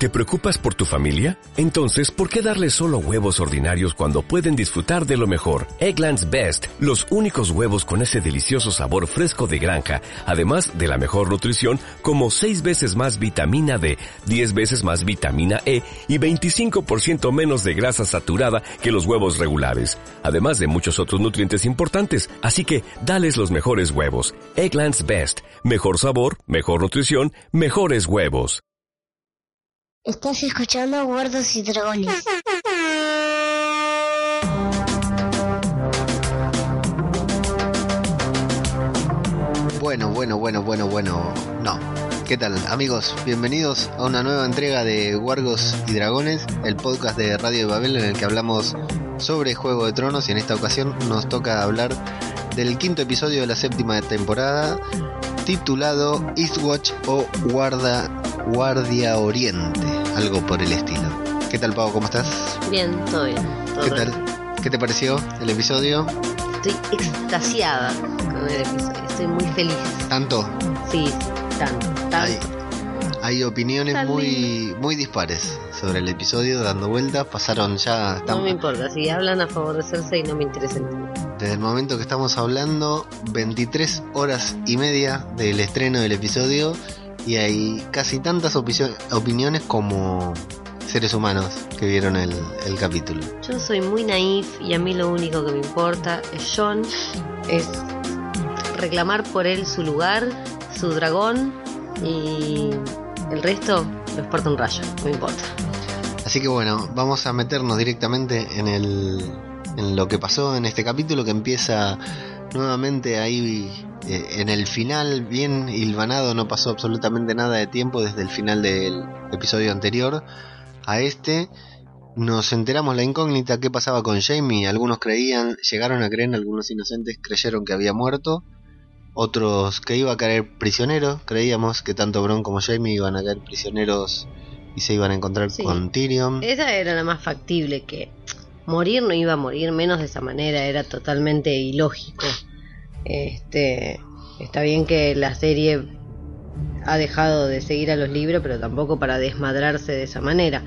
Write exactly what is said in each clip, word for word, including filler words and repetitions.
¿Te preocupas por tu familia? Entonces, ¿por qué darles solo huevos ordinarios cuando pueden disfrutar de lo mejor? Eggland's Best, los únicos huevos con ese delicioso sabor fresco de granja, además de la mejor nutrición, como seis veces más vitamina D, diez veces más vitamina E y veinticinco por ciento menos de grasa saturada que los huevos regulares, además de muchos otros nutrientes importantes. Así que, dales los mejores huevos. Eggland's Best, mejor sabor, mejor nutrición, mejores huevos. Estás escuchando Gordos y Dragones. Bueno, bueno, bueno, bueno, bueno. No. ¿Qué tal, amigos? Bienvenidos a una nueva entrega de Wargos y Dragones, el podcast de Radio de Babel en el que hablamos sobre Juego de Tronos, y en esta ocasión nos toca hablar del quinto episodio de la séptima temporada, titulado Eastwatch o Guarda, Guardia Oriente, algo por el estilo. ¿Qué tal, Pau? ¿Cómo estás? Bien, todo bien. Todo ¿Qué bien. tal? ¿Qué te pareció el episodio? Estoy extasiada con el episodio, estoy muy feliz. ¿Tanto? Sí, tanto, tanto. Hay, hay opiniones Tan muy, lindo. muy dispares sobre el episodio, dando vueltas. Pasaron ya... No estamos- me importa, si hablan a favor de Cersei no me interesa nada. Desde el momento que estamos hablando, veintitrés horas y media del estreno del episodio, y hay casi tantas opi- opiniones como seres humanos que vieron el, el capítulo. Yo soy muy naif y a mí lo único que me importa es Jon, es reclamar por él su lugar, su dragón, y el resto lo exporta un rayo, no me importa. Así que bueno, vamos a meternos directamente en el en lo que pasó en este capítulo, que empieza nuevamente ahí eh, en el final, bien hilvanado. No pasó absolutamente nada de tiempo desde el final del episodio anterior a este. Nos enteramos la incógnita, qué pasaba con Jaime. Algunos creían, llegaron a creer, algunos inocentes creyeron que había muerto, otros que iba a caer prisionero. Creíamos que tanto Bronn como Jaime iban a caer prisioneros y se iban a encontrar Sí. con Tyrion. Esa era la más factible, que morir no iba a morir, menos de esa manera, era totalmente ilógico. Este, está bien que la serie ha dejado de seguir a los libros, pero tampoco para desmadrarse de esa manera.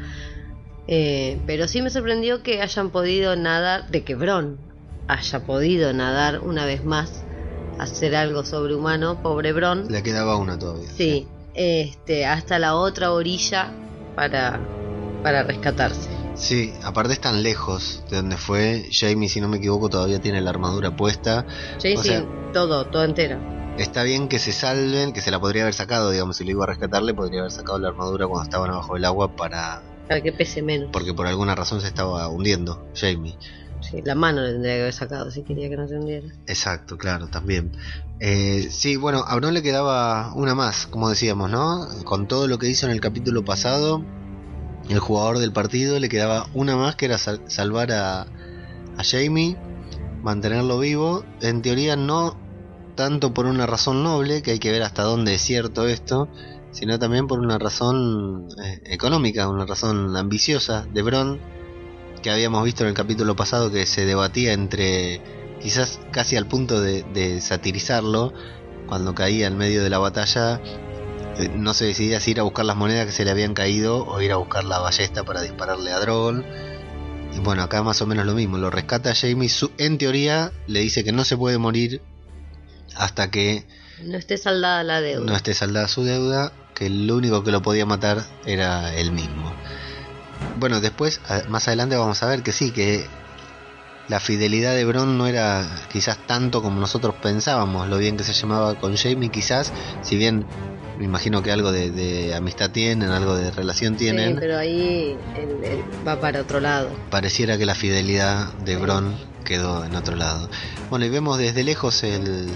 Eh, pero sí me sorprendió que hayan podido nadar, de que Bronn haya podido nadar una vez más, hacer algo sobrehumano, pobre Bronn. Le quedaba una todavía. Sí, este, hasta la otra orilla para, para rescatarse. Sí, aparte están lejos de donde fue. Jaime, si no me equivoco, todavía tiene la armadura puesta. Sí, O sí, sea, todo, todo entero. está bien que se salven, que se la podría haber sacado, digamos, si lo iba a rescatar, le podría haber sacado la armadura cuando estaban abajo del agua, para Para que pese menos. porque por alguna razón se estaba hundiendo Jaime. Sí, la mano le tendría que haber sacado si quería que no se hundiera. Exacto, claro, también. Eh, sí, bueno, a Bronn le quedaba una más, como decíamos, ¿no? Con todo lo que hizo en el capítulo pasado, el jugador del partido le quedaba una más, que era sal- salvar a, a Jaime, mantenerlo vivo. En teoría no tanto por una razón noble, que hay que ver hasta dónde es cierto esto, sino también por una razón eh, económica, una razón ambiciosa de Bronn, que habíamos visto en el capítulo pasado, que se debatía entre, quizás casi al punto de, de satirizarlo, cuando caía en medio de la batalla. Eh, no se decidía si ir a buscar las monedas que se le habían caído o ir a buscar la ballesta para dispararle a Drogon. Y bueno, acá más o menos lo mismo, lo rescata a Jaime. Su, en teoría le dice que no se puede morir hasta que No esté saldada la deuda. no esté saldada su deuda, que lo único que lo podía matar era él mismo. Bueno, después, a- más adelante vamos a ver que sí, que la fidelidad de Bronn no era quizás tanto como nosotros pensábamos, lo bien que se llamaba con Jaime, quizás, si bien me imagino que algo de, de amistad tienen, algo de relación tienen, Sí, pero ahí él- él va para otro lado. pareciera que la fidelidad de Bronn quedó en otro lado. Bueno, y vemos desde lejos el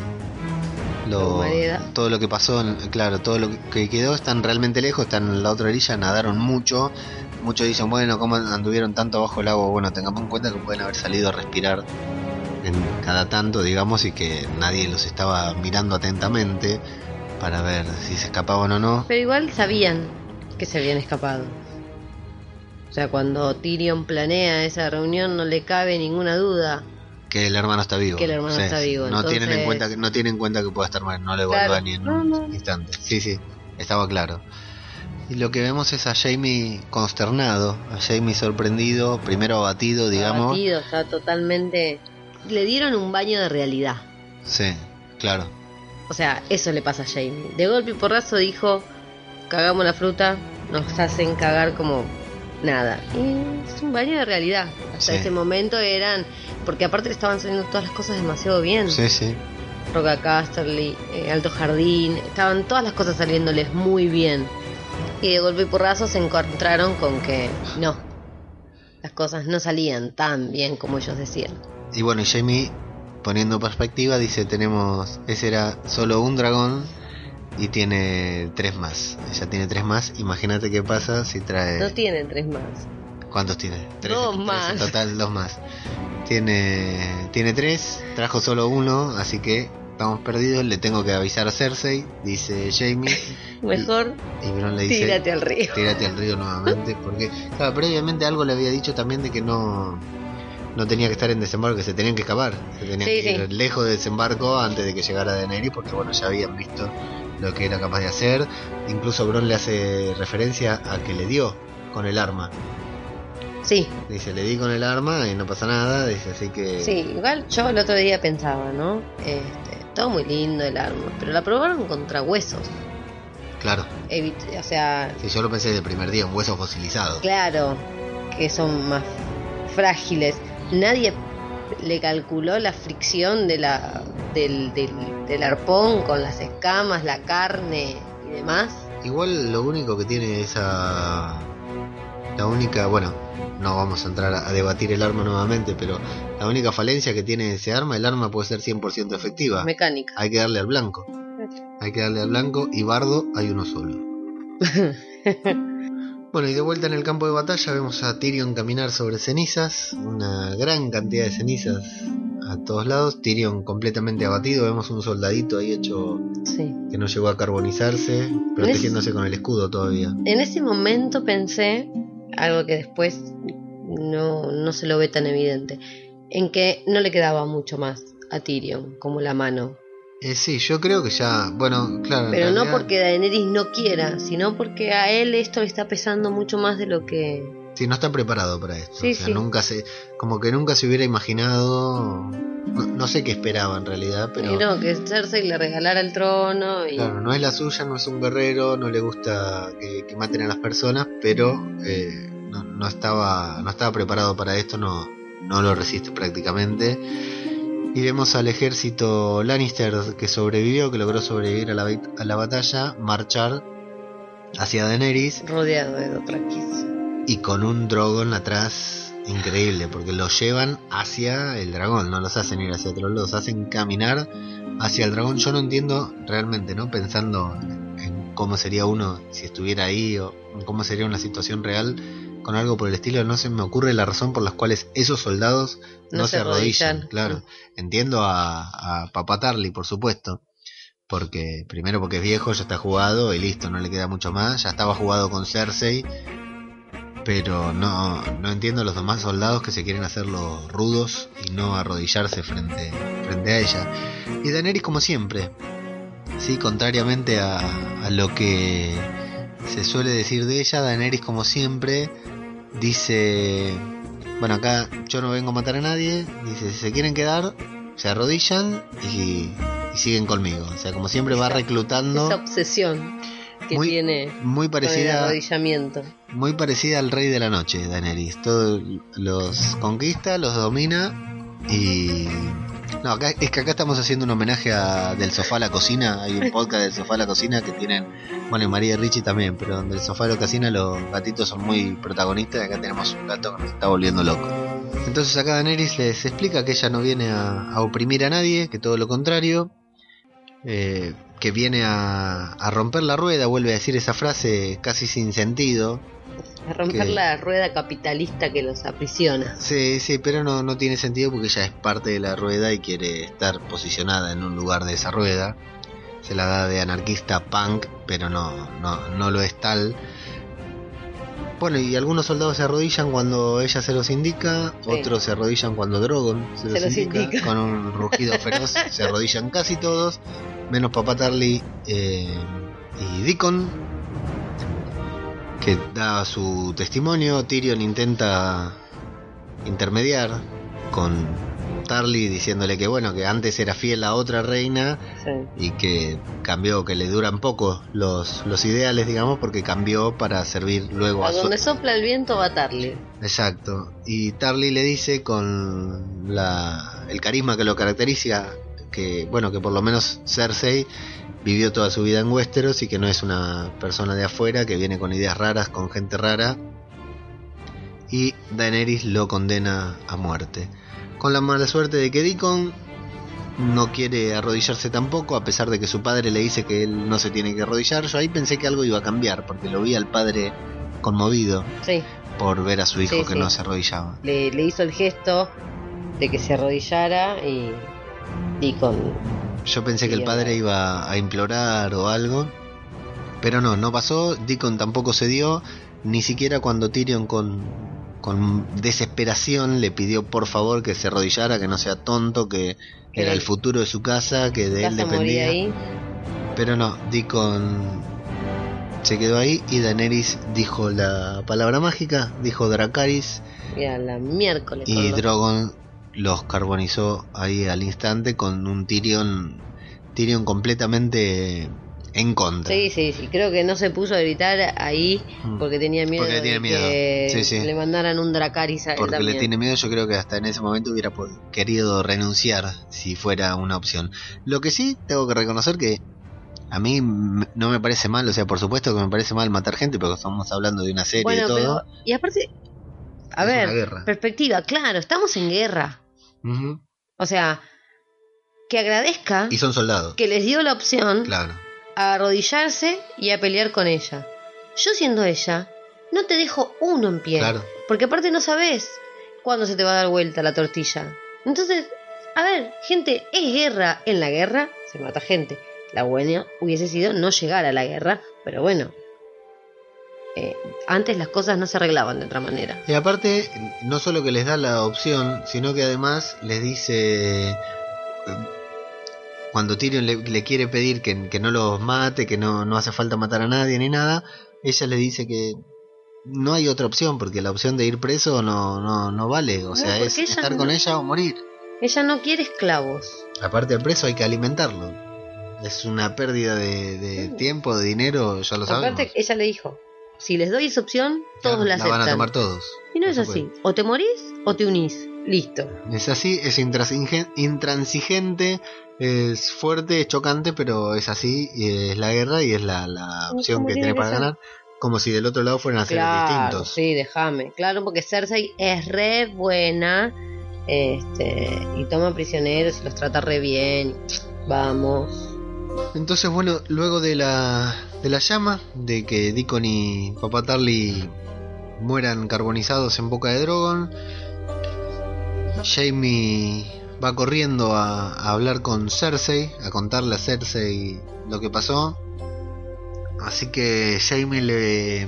lo, Humareda. todo lo que pasó, en- claro, todo lo que quedó. Están realmente lejos, están en la otra orilla, nadaron mucho. Muchos dicen, bueno, ¿cómo anduvieron tanto bajo el agua? Bueno, tengamos en cuenta que pueden haber salido a respirar en cada tanto, digamos, y que nadie los estaba mirando atentamente para ver si se escapaban o no. Pero igual sabían que se habían escapado. O sea, cuando Tyrion planea esa reunión no le cabe ninguna duda. Que el hermano está vivo. Que el hermano está vivo, No entonces- tienen en cuenta que no tienen en cuenta que pueda estar mal, no lo Claro. evalúan ni en No, un no. instante. Sí, sí, estaba claro. Y lo que vemos es a Jaime consternado, a Jaime sorprendido, primero abatido, digamos. Abatido, está totalmente... Le dieron un baño de realidad. Sí, claro. O sea, eso le pasa a Jaime. De golpe y porrazo dijo, cagamos la fruta, nos hacen cagar como nada. Y es un baño de realidad. Hasta Sí. ese momento eran... Porque aparte le estaban saliendo todas las cosas demasiado bien. Sí, sí. Roca Casterly, eh, Alto Jardín, estaban todas las cosas saliéndoles muy bien. Y de golpe y porrazo se encontraron con que no, las cosas no salían tan bien como ellos decían. Y bueno, y Jaime, poniendo perspectiva, dice, tenemos, ese era solo un dragón y tiene tres más. Ella tiene tres más, imagínate qué pasa si trae... No tienen tres más. ¿Cuántos tiene? Tres, Dos tres más. en total, dos más. Tiene, tiene tres, trajo solo uno, así que estamos perdidos, le tengo que avisar a Cersei, dice Jaime. Mejor Y Bron le dice, tírate al río. tírate al río nuevamente, porque claro, previamente algo le había dicho también de que no no tenía que estar en desembarco, que se tenían que escapar, se tenían Sí, que ir sí. lejos de desembarco antes de que llegara Daenerys, porque bueno, ya habían visto lo que era capaz de hacer. Incluso Bron le hace referencia a que le dio con el arma. Sí, Dice, le di con el arma y no pasa nada, dice, así que... sí, igual yo el otro día pensaba, ¿no? Este, todo muy lindo el arma, pero la probaron contra huesos. Claro, Evit- o sea, si yo lo pensé desde el primer día, un hueso fosilizado. claro, que son más frágiles. Nadie le calculó la fricción de la del, del, del arpón con las escamas, la carne y demás. Igual lo único que tiene esa... La única, bueno, no vamos a entrar a, a debatir el arma nuevamente, pero la única falencia que tiene ese arma, el arma puede ser cien por ciento efectiva. Mecánica. Hay que darle al blanco. Hay que darle al blanco y bardo hay uno solo. Bueno, y de vuelta en el campo de batalla vemos a Tyrion caminar sobre cenizas, una gran cantidad de cenizas a todos lados. Tyrion completamente abatido, vemos un soldadito ahí hecho Sí. que no llegó a carbonizarse, protegiéndose con el escudo todavía. En ese momento pensé, algo que después no, no se lo ve tan evidente, en que no le quedaba mucho más a Tyrion, como la mano. Eh, sí, yo creo que ya, bueno, claro. en Pero no realidad, porque Daenerys no quiera, sino porque a él esto le está pesando mucho más de lo que... sí, no está preparado para esto. Sí, o sea, sí. nunca se, como que nunca se hubiera imaginado, no, no sé qué esperaba en realidad, pero Y no, que Cersei le regalara el trono y... claro, no es la suya, no es un guerrero, no le gusta que, que maten a las personas, pero eh, no, no estaba, no estaba preparado para esto, no, no lo resiste prácticamente. Y vemos al ejército Lannister que sobrevivió, que logró sobrevivir a la, bait- a la batalla, marchar hacia Daenerys rodeado de Dothrakis. y con un Drogon atrás increíble, porque los llevan hacia el dragón, no los hacen ir hacia otro lado, los hacen caminar hacia el dragón. Yo no entiendo realmente, ¿no? Pensando en cómo sería uno si estuviera ahí, o en cómo sería una situación real con algo por el estilo, no se me ocurre la razón por las cuales esos soldados no, No se se arrodillan. arrodillan. Claro, entiendo a, a Papa Tarly, por supuesto, porque primero porque es viejo, ya está jugado y listo, no le queda mucho más, ya estaba jugado con Cersei, pero no, no entiendo a los demás soldados que se quieren hacerlo rudos y no arrodillarse frente, frente a ella. Y Daenerys como siempre, sí, contrariamente a, a lo que se suele decir de ella, Daenerys como siempre dice, bueno, acá yo no vengo a matar a nadie, dice, si se quieren quedar, se arrodillan y, y siguen conmigo. O sea, como siempre va Esa- reclutando, Esa obsesión que muy, tiene muy con el parecida, arrodillamiento. muy parecida al Rey de la Noche, Daenerys. Todos los conquista, los domina y... No, acá, es que acá estamos haciendo un homenaje a Del Sofá a la Cocina. Hay un podcast del Sofá a la Cocina que tienen, bueno, y María y Richie también, pero donde el Sofá a la Cocina los gatitos son muy protagonistas. Acá tenemos un gato que nos está volviendo loco. Entonces acá Daenerys les explica que ella no viene a, a oprimir a nadie, que todo lo contrario, eh, que viene a, a romper la rueda. Vuelve a decir esa frase casi sin sentido. A romper que- la rueda capitalista que los aprisiona. Sí, sí, pero no, no tiene sentido porque ella es parte de la rueda y quiere estar posicionada en un lugar de esa rueda. Se la da de anarquista punk, pero no, no, no lo es tal. Bueno, y algunos soldados se arrodillan cuando ella se los indica, Sí. otros se arrodillan cuando Drogon se, Se los, los indica, indica. con un rugido feroz, se arrodillan casi todos, menos Papa Tarly eh, y Deacon. que da su testimonio. Tyrion intenta intermediar con Tarly diciéndole que bueno, que antes era fiel a otra reina, sí, y que cambió, que le duran poco los, los ideales, digamos, porque cambió para servir luego a a, donde su... sopla el viento va Tarly. Exacto. Y Tarly le dice con la, el carisma que lo caracteriza, que bueno, que por lo menos Cersei vivió toda su vida en Westeros y que no es una persona de afuera que viene con ideas raras, con gente rara. Y Daenerys lo condena a muerte, con la mala suerte de que Deacon no quiere arrodillarse tampoco, a pesar de que su padre le dice que él no se tiene que arrodillar. Yo ahí pensé que algo iba a cambiar, porque lo vi al padre conmovido, sí, por ver a su hijo sí, que sí. no se arrodillaba. Le, le hizo el gesto de que se arrodillara y, y con... Yo pensé que el Bien. padre iba a implorar o algo, pero no, no pasó. Deacon tampoco cedió, ni siquiera cuando Tyrion con, con desesperación le pidió por favor que se arrodillara, que no sea tonto, que Que era el- el futuro de su casa, que de él casa moría dependía. ahí. Pero no, Deacon se quedó ahí y Daenerys dijo la palabra mágica, dijo Dracarys, Y a la miércoles. y con los- Drogon los carbonizó ahí al instante con un Tyrion, Tyrion completamente en contra. Sí, sí, sí. Creo que no se puso a gritar ahí Mm. porque tenía miedo Porque de tiene miedo. que Sí, sí. le mandaran un Dracarys a él Porque también. le tiene miedo. Yo creo que hasta en ese momento hubiera pod- querido renunciar si fuera una opción. Lo que sí tengo que reconocer que a mí m- no me parece mal, o sea, por supuesto que me parece mal matar gente, porque estamos hablando de una serie Bueno, y todo. pero... Y aparte... A Es una ver, guerra. perspectiva, claro, estamos en guerra. Ujú. O sea, que agradezca Y son soldados. que les dio la opción Claro. a arrodillarse y a pelear con ella. Yo siendo ella, no te dejo uno en pie. Claro. Porque aparte no sabes cuándo se te va a dar vuelta la tortilla. Entonces, a ver, gente, es guerra. En la guerra se mata gente. La buena hubiese sido no llegar a la guerra, pero bueno. eh, antes las cosas no se arreglaban de otra manera. Y aparte, no solo que les da la opción, sino que además les dice, eh, cuando Tyrion le, le quiere pedir que, que no los mate, que no, no hace falta matar a nadie ni nada, ella le dice que no hay otra opción, porque la opción de ir preso no, no, no vale, o No, sea, porque es ella estar no- con ella o morir. Ella no quiere esclavos. Aparte al preso hay que alimentarlo, es una pérdida de, de Sí. tiempo, de dinero, ya lo sabemos. Aparte, ella le dijo, si les doy esa opción, todos Claro, la la aceptan. van a tomar todos. Y no por es así. supuesto. O te morís o te unís. Listo. Es así, es intransigen- intransigente, es fuerte, es chocante, pero es así, y es la guerra y es la, la ¿Cómo opción que tiene tiene que para ser? ganar, como si del otro lado fueran a ser Claro, distintos. sí, déjame. Claro, porque Cersei es re buena, este, y toma prisioneros y los trata re bien. Vamos. Entonces, bueno, luego de la, de la llama, de que Deacon y Papá Tarly mueran carbonizados en boca de Drogon, Jaime va corriendo a, a hablar con Cersei, a contarle a Cersei lo que pasó. Así que Jaime le,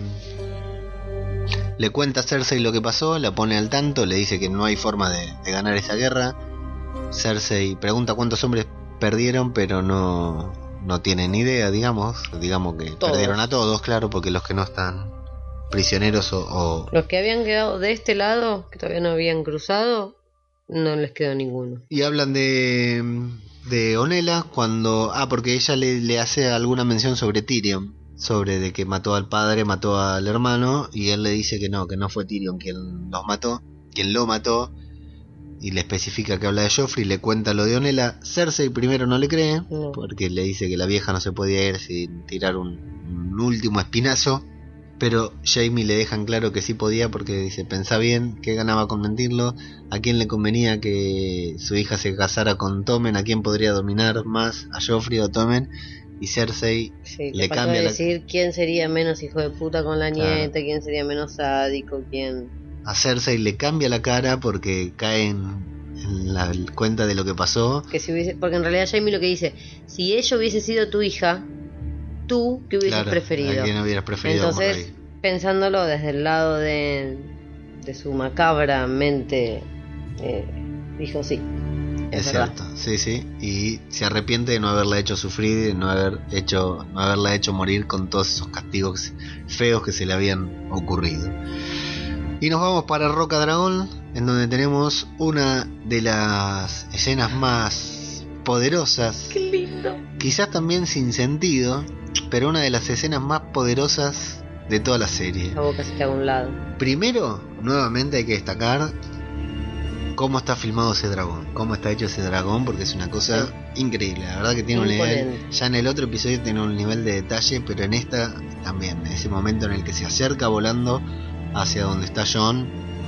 le cuenta a Cersei lo que pasó, la pone al tanto, le dice que no hay forma de, de ganar esa guerra. Cersei pregunta cuántos hombres perdieron, pero no, no tienen idea, digamos. Digamos que Todos. perdieron a todos, claro, porque los que no están prisioneros o... o- Los que habían quedado de este lado, que todavía no habían cruzado, no les quedó ninguno. Y hablan de, de Onela cuando... Ah, porque ella le, le hace alguna mención sobre Tyrion, sobre de que mató al padre, mató al hermano, y él le dice que no, que no fue Tyrion quien los mató, quien lo mató, y le especifica que habla de Joffrey, le cuenta lo de Onela. Cersei primero no le cree, No. porque le dice que la vieja no se podía ir sin tirar un, un último espinazo, pero Jaime le dejan claro que sí podía, porque dice, pensá bien, ¿qué ganaba con mentirlo? ¿A quién le convenía que su hija se casara con Tommen? ¿A quién podría dominar más? ¿A Joffrey o Tommen? Y Cersei Sí, le le faltó cambia la- decir quién sería menos hijo de puta con la Claro. nieta, quién sería menos sádico, quién... a Cersei le cambia la cara porque cae en, en la cuenta de lo que pasó. Que si hubiese, porque en realidad Jaime lo que dice, si ella hubiese sido tu hija, tú qué hubieses Claro, preferido. ¿a quién hubieras preferido como Entonces, rey? pensándolo desde el lado de, de su macabra mente, eh, dijo sí. Es, es verdad. cierto, sí, sí. Y se arrepiente de no haberla hecho sufrir, de no haber hecho, no haberla hecho morir con todos esos castigos feos que se le habían ocurrido. Y nos vamos para Roca Dragón, en donde tenemos una de las escenas más poderosas. ¡Qué lindo! Quizás también sin sentido, pero una de las escenas más poderosas de toda la serie. La boca se queda a un lado. Primero, nuevamente hay que destacar cómo está filmado ese dragón, cómo está hecho ese dragón, porque es una cosa sí. increíble. La verdad que tiene Imponente. un nivel, ya en el otro episodio tiene un nivel de detalle, pero en esta también, ese momento en el que se acerca volando hacia donde está Jon,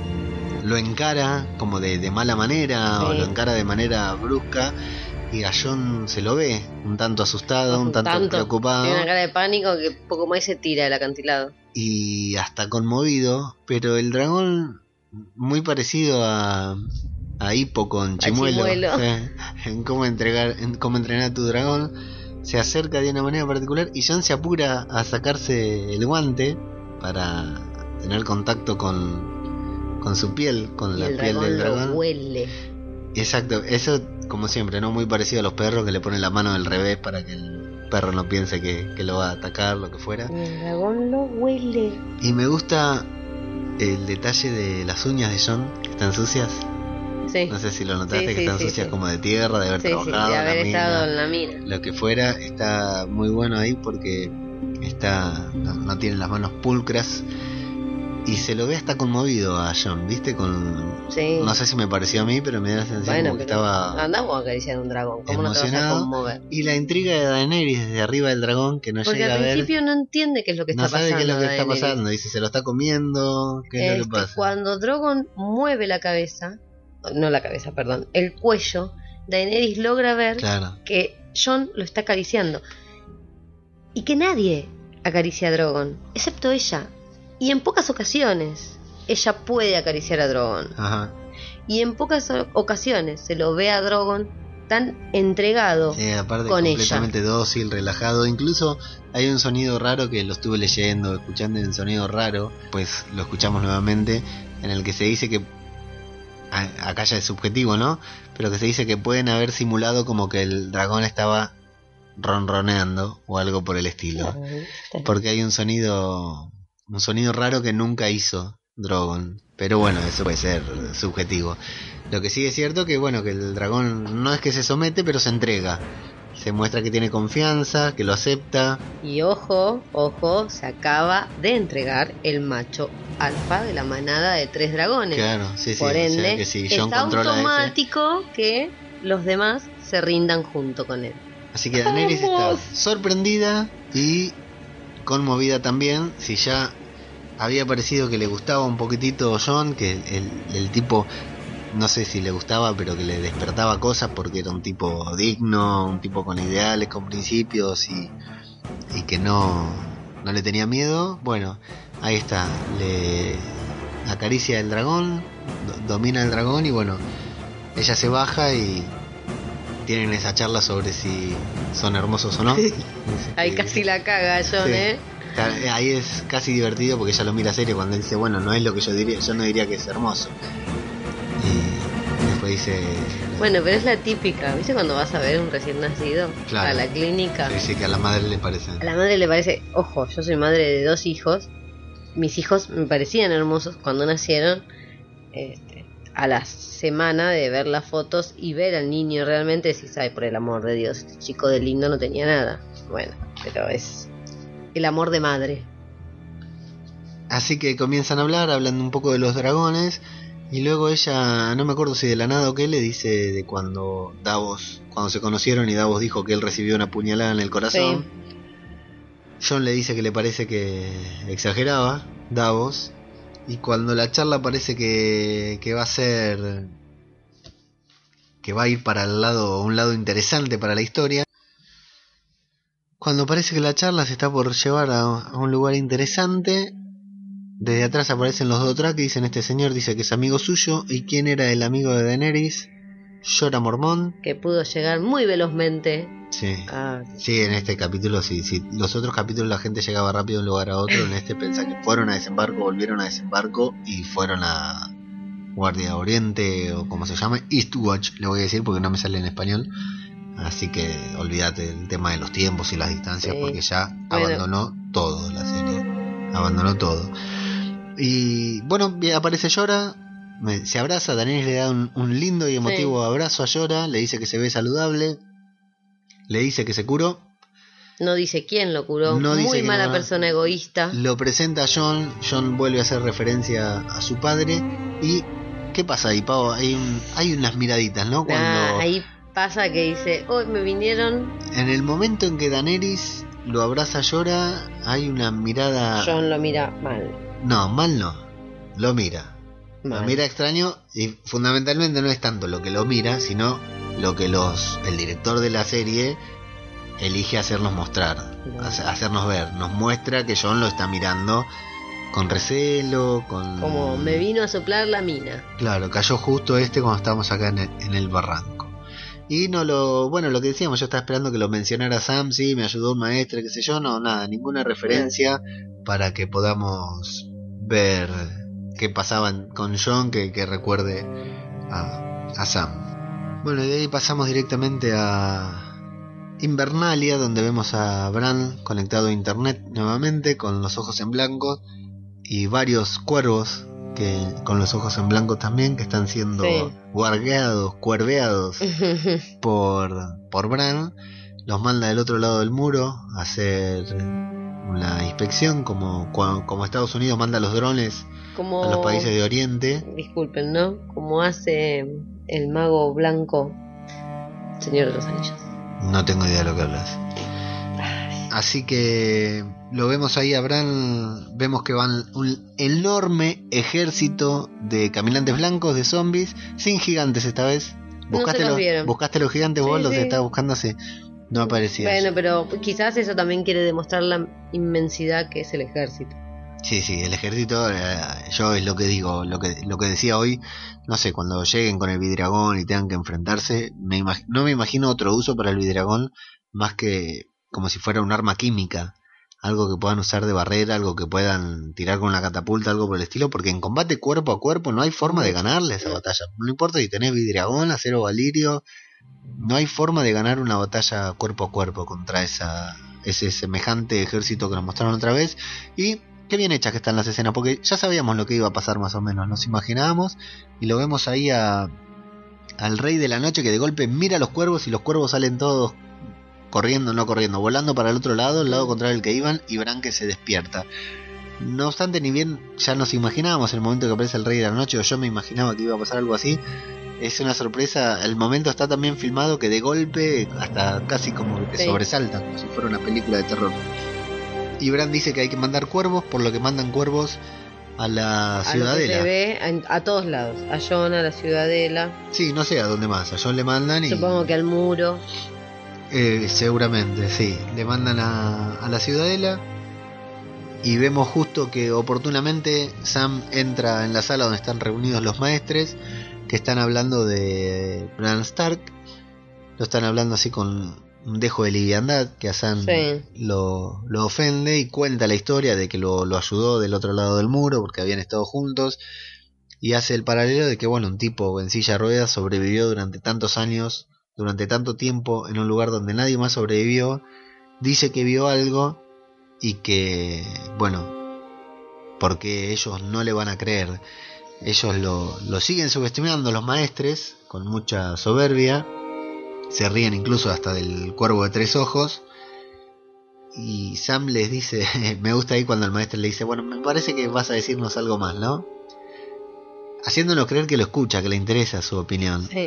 lo encara como de, de mala manera, sí. o lo encara de manera brusca, y a Jon se lo ve un tanto asustado, un, un tanto, tanto preocupado. Tiene una cara de pánico que poco más se tira del acantilado. Y hasta conmovido, pero el dragón, muy parecido a, a Hippo con Chimuelo, Chimuelo. Eh, en cómo entregar, en cómo entrenar a tu dragón, se acerca de una manera particular y Jon se apura a sacarse el guante para tener contacto con, con su piel, con y la el piel dragón del dragón. Lo huele. Exacto, eso como siempre, ¿no? Muy parecido a los perros que le ponen la mano del revés para que el perro no piense que, que lo va a atacar, lo que fuera. El dragón lo huele. Y me gusta el detalle de las uñas de Jon, que están sucias. Sí. No sé si lo notaste, sí, que sí, están sí, sucias sí. como de tierra, de haber sí, trabajado, sí, de haber en la estado mina, en la mina. lo que fuera. Está muy bueno ahí porque está no, no tiene las manos pulcras. Y se lo ve hasta conmovido a Jon, ¿viste? Con, sí. No sé si me pareció a mí, pero me da la sensación bueno, como que estaba andamos a acariciar un dragón, ¿cómo emocionado. no te vas a conmover? Y la intriga de Daenerys desde arriba del dragón, que no porque llega a ver. Porque al principio no entiende qué es lo que no está pasando. No sabe qué es lo que está Daenerys. pasando. Dice, se lo está comiendo. ¿Qué es este, lo que pasa? Cuando Drogon mueve la cabeza, no la cabeza, perdón, el cuello, Daenerys logra ver claro. que Jon lo está acariciando. Y que nadie acaricia a Drogon, excepto ella. Y en pocas ocasiones ella puede acariciar a Drogon. Ajá. Y en pocas ocasiones se lo ve a Drogon tan entregado sí, aparte con completamente ella. dócil, relajado. Incluso hay un sonido raro que lo estuve leyendo, escuchando un sonido raro, pues lo escuchamos nuevamente, en el que se dice que, acá ya es subjetivo, ¿no? Pero que se dice que pueden haber simulado como que el dragón estaba ronroneando o algo por el estilo. Porque hay un sonido, un sonido raro que nunca hizo Drogon, pero bueno, eso puede ser subjetivo. Lo que sí es cierto que bueno, que el dragón no es que se somete, pero se entrega, se muestra que tiene confianza, que lo acepta. Y ojo, ojo, se acaba de entregar el macho alfa de la manada de tres dragones. Claro, sí, sí. Por ende, o sea que si Jon está automático ese, que los demás se rindan junto con él. Así que Daenerys está sorprendida y conmovida también. Si ya había parecido que le gustaba un poquitito Jon, que el, el tipo, no sé si le gustaba, pero que le despertaba cosas porque era un tipo digno, un tipo con ideales, con principios y, y que no, no le tenía miedo. Bueno, ahí está, le acaricia el dragón, do, domina el dragón y bueno, ella se baja y tienen esa charla sobre si son hermosos o no. Ahí casi la caga Jon, sí. ¿eh? Ahí es casi divertido porque ella lo mira serio cuando él dice, bueno, no es lo que yo diría, yo no diría que es hermoso. Y después dice... Bueno, pero es la típica, ¿viste? Cuando vas a ver un recién nacido claro. a la clínica. Sí, sí, que a la madre le parece. A la madre le parece, ojo, yo soy madre de dos hijos, mis hijos me parecían hermosos cuando nacieron, este, a la semana de ver las fotos y ver al niño realmente decís, ay, por el amor de Dios, este chico de lindo no tenía nada. Bueno, pero es... el amor de madre. Así que comienzan a hablar, hablando un poco de los dragones. Y luego ella, no me acuerdo si de la nada o qué, le dice de cuando Davos, cuando se conocieron y Davos dijo que él recibió una puñalada en el corazón. Sí. Jon le dice que le parece que exageraba, Davos. Y cuando la charla parece que, que va a ser, que va a ir para el lado, un lado interesante para la historia. Cuando parece que la charla se está por llevar a, a un lugar interesante, desde atrás aparecen los Dothraki y dicen, este señor dice que es amigo suyo. ¿Y quién era el amigo de Daenerys? Jorah Mormont, que pudo llegar muy velozmente. Sí, ah, sí, en este capítulo sí, sí. Los otros capítulos la gente llegaba rápido de un lugar a otro. En este pensá que fueron a desembarco, volvieron a desembarco y fueron a, Guardia Oriente o como se llame, Eastwatch le voy a decir porque no me sale en español, así que olvídate del tema de los tiempos y las distancias, sí, porque ya bueno. abandonó todo la serie, abandonó todo. Y bueno, aparece Yora, se abraza, Daenerys le da un, un lindo y emotivo sí. abrazo a Yora, le dice que se ve saludable, le dice que se curó. No dice quién lo curó, no muy mala no, persona egoísta. Lo presenta a Jon, Jon vuelve a hacer referencia a su padre. Y ¿qué pasa ahí, Pau? Hay, un, hay unas miraditas, ¿no? Cuando ah, ahí pasa que dice, hoy oh, me vinieron. En el momento en que Daenerys lo abraza a Yora, hay una mirada. Jon lo mira mal. No, mal no, lo mira mal. Lo mira extraño y fundamentalmente no es tanto lo que lo mira, sino lo que los el director de la serie elige hacernos mostrar, no. hacernos ver. Nos muestra que Jon lo está mirando con recelo, con... Como me vino a soplar la mina. Claro, cayó justo este cuando estábamos acá en el, en el barranco. Y no lo... Bueno, lo que decíamos, yo estaba esperando que lo mencionara Sam, sí, me ayudó un maestro, qué sé yo, no, nada, ninguna referencia Bien. para que podamos ver qué pasaba con Jon, que, que recuerde a, a Sam. Bueno, y de ahí pasamos directamente a Invernalia, donde vemos a Bran conectado a internet nuevamente, con los ojos en blanco, y varios cuervos que con los ojos en blanco también, que están siendo sí. guardeados, cuerveados por, por Bran. Los manda del otro lado del muro a hacer una inspección, como, como Estados Unidos manda los drones como, a los países de Oriente. Disculpen, ¿no? Como hace el mago blanco Señor de los Anillos. No tengo idea de lo que hablas. Así que lo vemos ahí a Bran, vemos que van un enorme ejército de caminantes blancos, de zombies, sin gigantes esta vez. ¿Buscaste, no los, ¿buscaste los gigantes sí, vos? Sí. Los estabas buscando así. No aparecía. Bueno, pero quizás eso también quiere demostrar la inmensidad que es el ejército. Sí, sí, el ejército, eh, yo es lo que digo, lo que lo que decía hoy, no sé, cuando lleguen con el Vidragón y tengan que enfrentarse, me imag- no me imagino otro uso para el Vidragón más que como si fuera un arma química, algo que puedan usar de barrera, algo que puedan tirar con una catapulta, algo por el estilo, porque en combate cuerpo a cuerpo no hay forma de ganarle esa batalla. No importa si tenés Vidragón, acero valirio, no hay forma de ganar una batalla cuerpo a cuerpo contra esa ese semejante ejército que nos mostraron otra vez. Y qué bien hechas que están las escenas, porque ya sabíamos lo que iba a pasar más o menos, nos imaginábamos, y lo vemos ahí a al Rey de la Noche que de golpe mira a los cuervos y los cuervos salen todos corriendo, no corriendo, volando para el otro lado, el lado contrario al que iban, y Bran que se despierta. No obstante, ni bien ya nos imaginábamos el momento que aparece el Rey de la Noche, o yo me imaginaba que iba a pasar algo así. Es una sorpresa, el momento está tan bien filmado que de golpe hasta casi como que te sí. sobresalta, como si fuera una película de terror. Y Bran dice que hay que mandar cuervos, por lo que mandan cuervos a la a ciudadela. Se ve a, a todos lados, a Jon, a la ciudadela. Sí, no sé a dónde más, a Jon le mandan y... Supongo que al muro. Eh, seguramente, sí. Le mandan a, a la ciudadela. Y vemos justo que oportunamente Sam entra en la sala donde están reunidos los maestres, que están hablando de Bran Stark. Lo están hablando así con un dejo de liviandad, que a Sam sí. lo, lo ofende, y cuenta la historia de que lo, lo ayudó del otro lado del muro porque habían estado juntos, y hace el paralelo de que bueno, un tipo en silla de ruedas sobrevivió durante tantos años, durante tanto tiempo en un lugar donde nadie más sobrevivió, dice que vio algo y que bueno, porque ellos no le van a creer, ellos lo, lo siguen subestimando, los maestres, con mucha soberbia. Se ríen incluso hasta del cuervo de tres ojos. Y Sam les dice, me gusta ahí cuando el maestro le dice, bueno, me parece que vas a decirnos algo más, ¿no? Haciéndonos creer que lo escucha, que le interesa su opinión. Sí.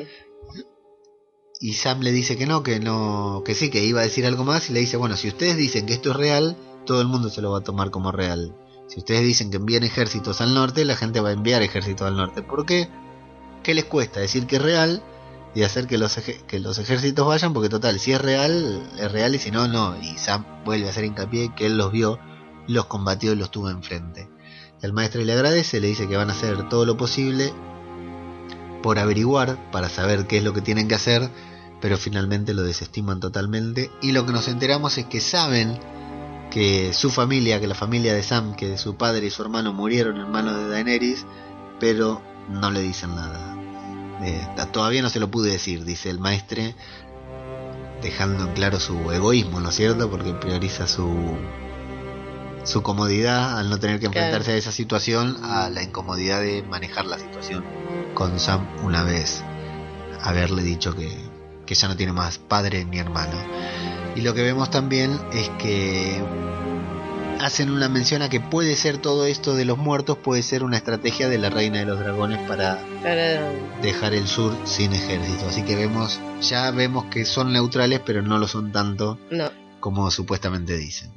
Y Sam le dice que no, que no, que sí, que iba a decir algo más, y le dice, bueno, si ustedes dicen que esto es real, todo el mundo se lo va a tomar como real. Si ustedes dicen que envían ejércitos al norte, la gente va a enviar ejércitos al norte. ¿Por qué? ¿Qué les cuesta decir que es real y hacer que los, ej- que los ejércitos vayan? Porque total, si es real, es real, y si no, no. Y Sam vuelve a hacer hincapié que él los vio, los combatió y los tuvo enfrente. El maestro le agradece, le dice que van a hacer todo lo posible por averiguar, para saber qué es lo que tienen que hacer, pero finalmente lo desestiman totalmente. Y lo que nos enteramos es que saben que su familia, que la familia de Sam, que su padre y su hermano murieron en manos de Daenerys, pero no le dicen nada. Eh, todavía no se lo pude decir, dice el maestre, dejando en claro su egoísmo, ¿no es cierto? Porque prioriza su su comodidad al no tener que enfrentarse claro. a esa situación, a la incomodidad de manejar la situación con Sam una vez haberle dicho que, que ya no tiene más padre ni hermano. Y lo que vemos también es que hacen una mención a que puede ser todo esto de los muertos, puede ser una estrategia de la Reina de los Dragones para, para dejar el sur sin ejército. Así que vemos, ya vemos que son neutrales, pero no lo son tanto no. como supuestamente dicen.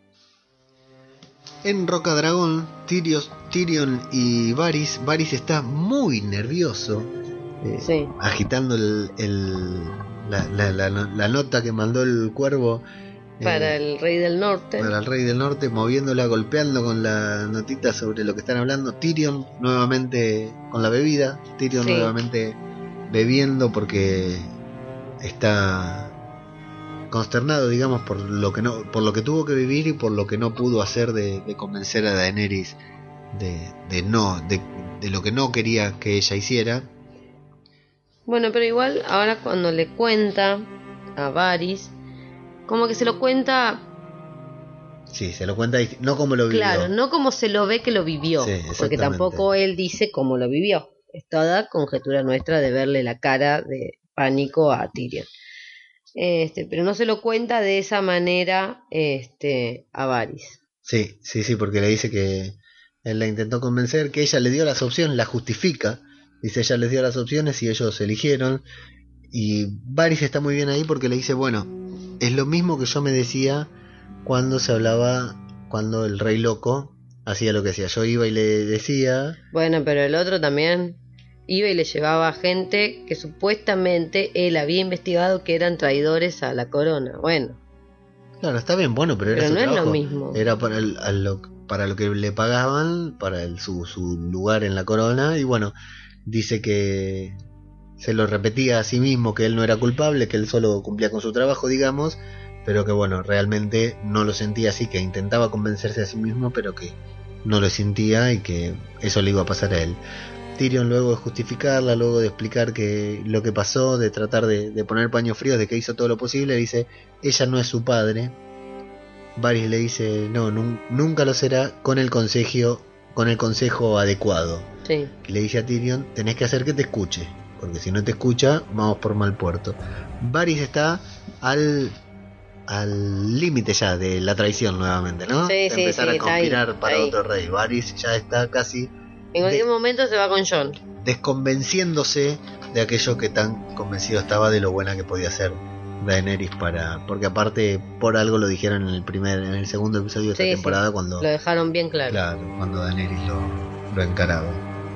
En Roca Dragón, Tyrion, Tyrion y Varys, Varys está muy nervioso, eh, sí. agitando el, el, la, la, la, la nota que mandó el cuervo para eh, el Rey del Norte. Para el Rey del Norte, moviéndola, golpeando con la notita sobre lo que están hablando. Tyrion nuevamente con la bebida, Tyrion sí. nuevamente bebiendo porque está consternado, digamos, por lo que no, por lo que tuvo que vivir y por lo que no pudo hacer de, de convencer a Daenerys de, de no, de, de lo que no quería que ella hiciera. Bueno, pero igual ahora cuando le cuenta a Varys, como que se lo cuenta. Sí, se lo cuenta no como lo vivió. Claro, no como se lo ve que lo vivió, sí, porque tampoco él dice cómo lo vivió. Es toda conjetura nuestra de verle la cara de pánico a Tyrion. Este, pero no se lo cuenta de esa manera este, a Varys. Sí, sí, sí, porque le dice que él la intentó convencer, que ella le dio las opciones, la justifica. Dice, ella les dio las opciones y ellos eligieron. Y Varys está muy bien ahí porque le dice, bueno, es lo mismo que yo me decía cuando se hablaba, cuando el rey loco hacía lo que hacía. Yo iba y le decía... Bueno, pero el otro también iba y le llevaba a gente que supuestamente él había investigado que eran traidores a la corona. Bueno. Claro, está bien, bueno, pero, era pero su no trabajo. Es lo mismo. Era para, el, a lo, para lo que le pagaban, para el, su, su lugar en la corona. Y bueno, dice que se lo repetía a sí mismo que él no era culpable, que él solo cumplía con su trabajo, digamos, pero que bueno, realmente no lo sentía así, que intentaba convencerse a sí mismo, pero que no lo sentía y que eso le iba a pasar a él. Tyrion, luego de justificarla, luego de explicar que lo que pasó, de tratar de, de poner paños fríos, de que hizo todo lo posible, dice, ella no es su padre. Varys le dice, no, nun, nunca lo será con el consejo, con el consejo adecuado. Sí. Y le dice a Tyrion, tenés que hacer que te escuche, porque si no te escucha, vamos por mal puerto. Varys está al al límite ya de la traición nuevamente, ¿no? Sí, de sí, empezar sí, a conspirar ahí, para ahí. otro rey. Varys ya está casi... En cualquier de, momento se va con Jon. Desconvenciéndose de aquello que tan convencido estaba de lo buena que podía ser Daenerys para... Porque aparte, por algo lo dijeron en el primer, en el segundo episodio de sí, esta temporada, sí. cuando... Lo dejaron bien claro. Claro, cuando Daenerys lo, lo encaraba.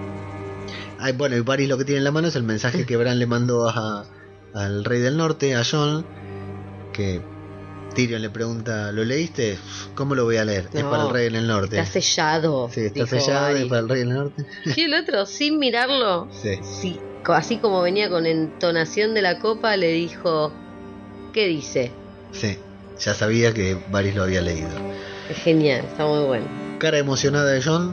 Ay, bueno, y Varys lo que tiene en la mano es el mensaje que Bran le mandó a, al Rey del Norte, a Jon, que... Tyrion le pregunta, ¿lo leíste? ¿Cómo lo voy a leer? No, es para el Rey del Norte. Está sellado. Sí, está sellado, Ari. Es para el Rey del Norte. Y el otro, sin mirarlo, sí. Sí, así como venía con entonación de la copa, le dijo, ¿qué dice? Sí, ya sabía que Varys lo había leído. Es genial, está muy bueno. Cara emocionada de Jon,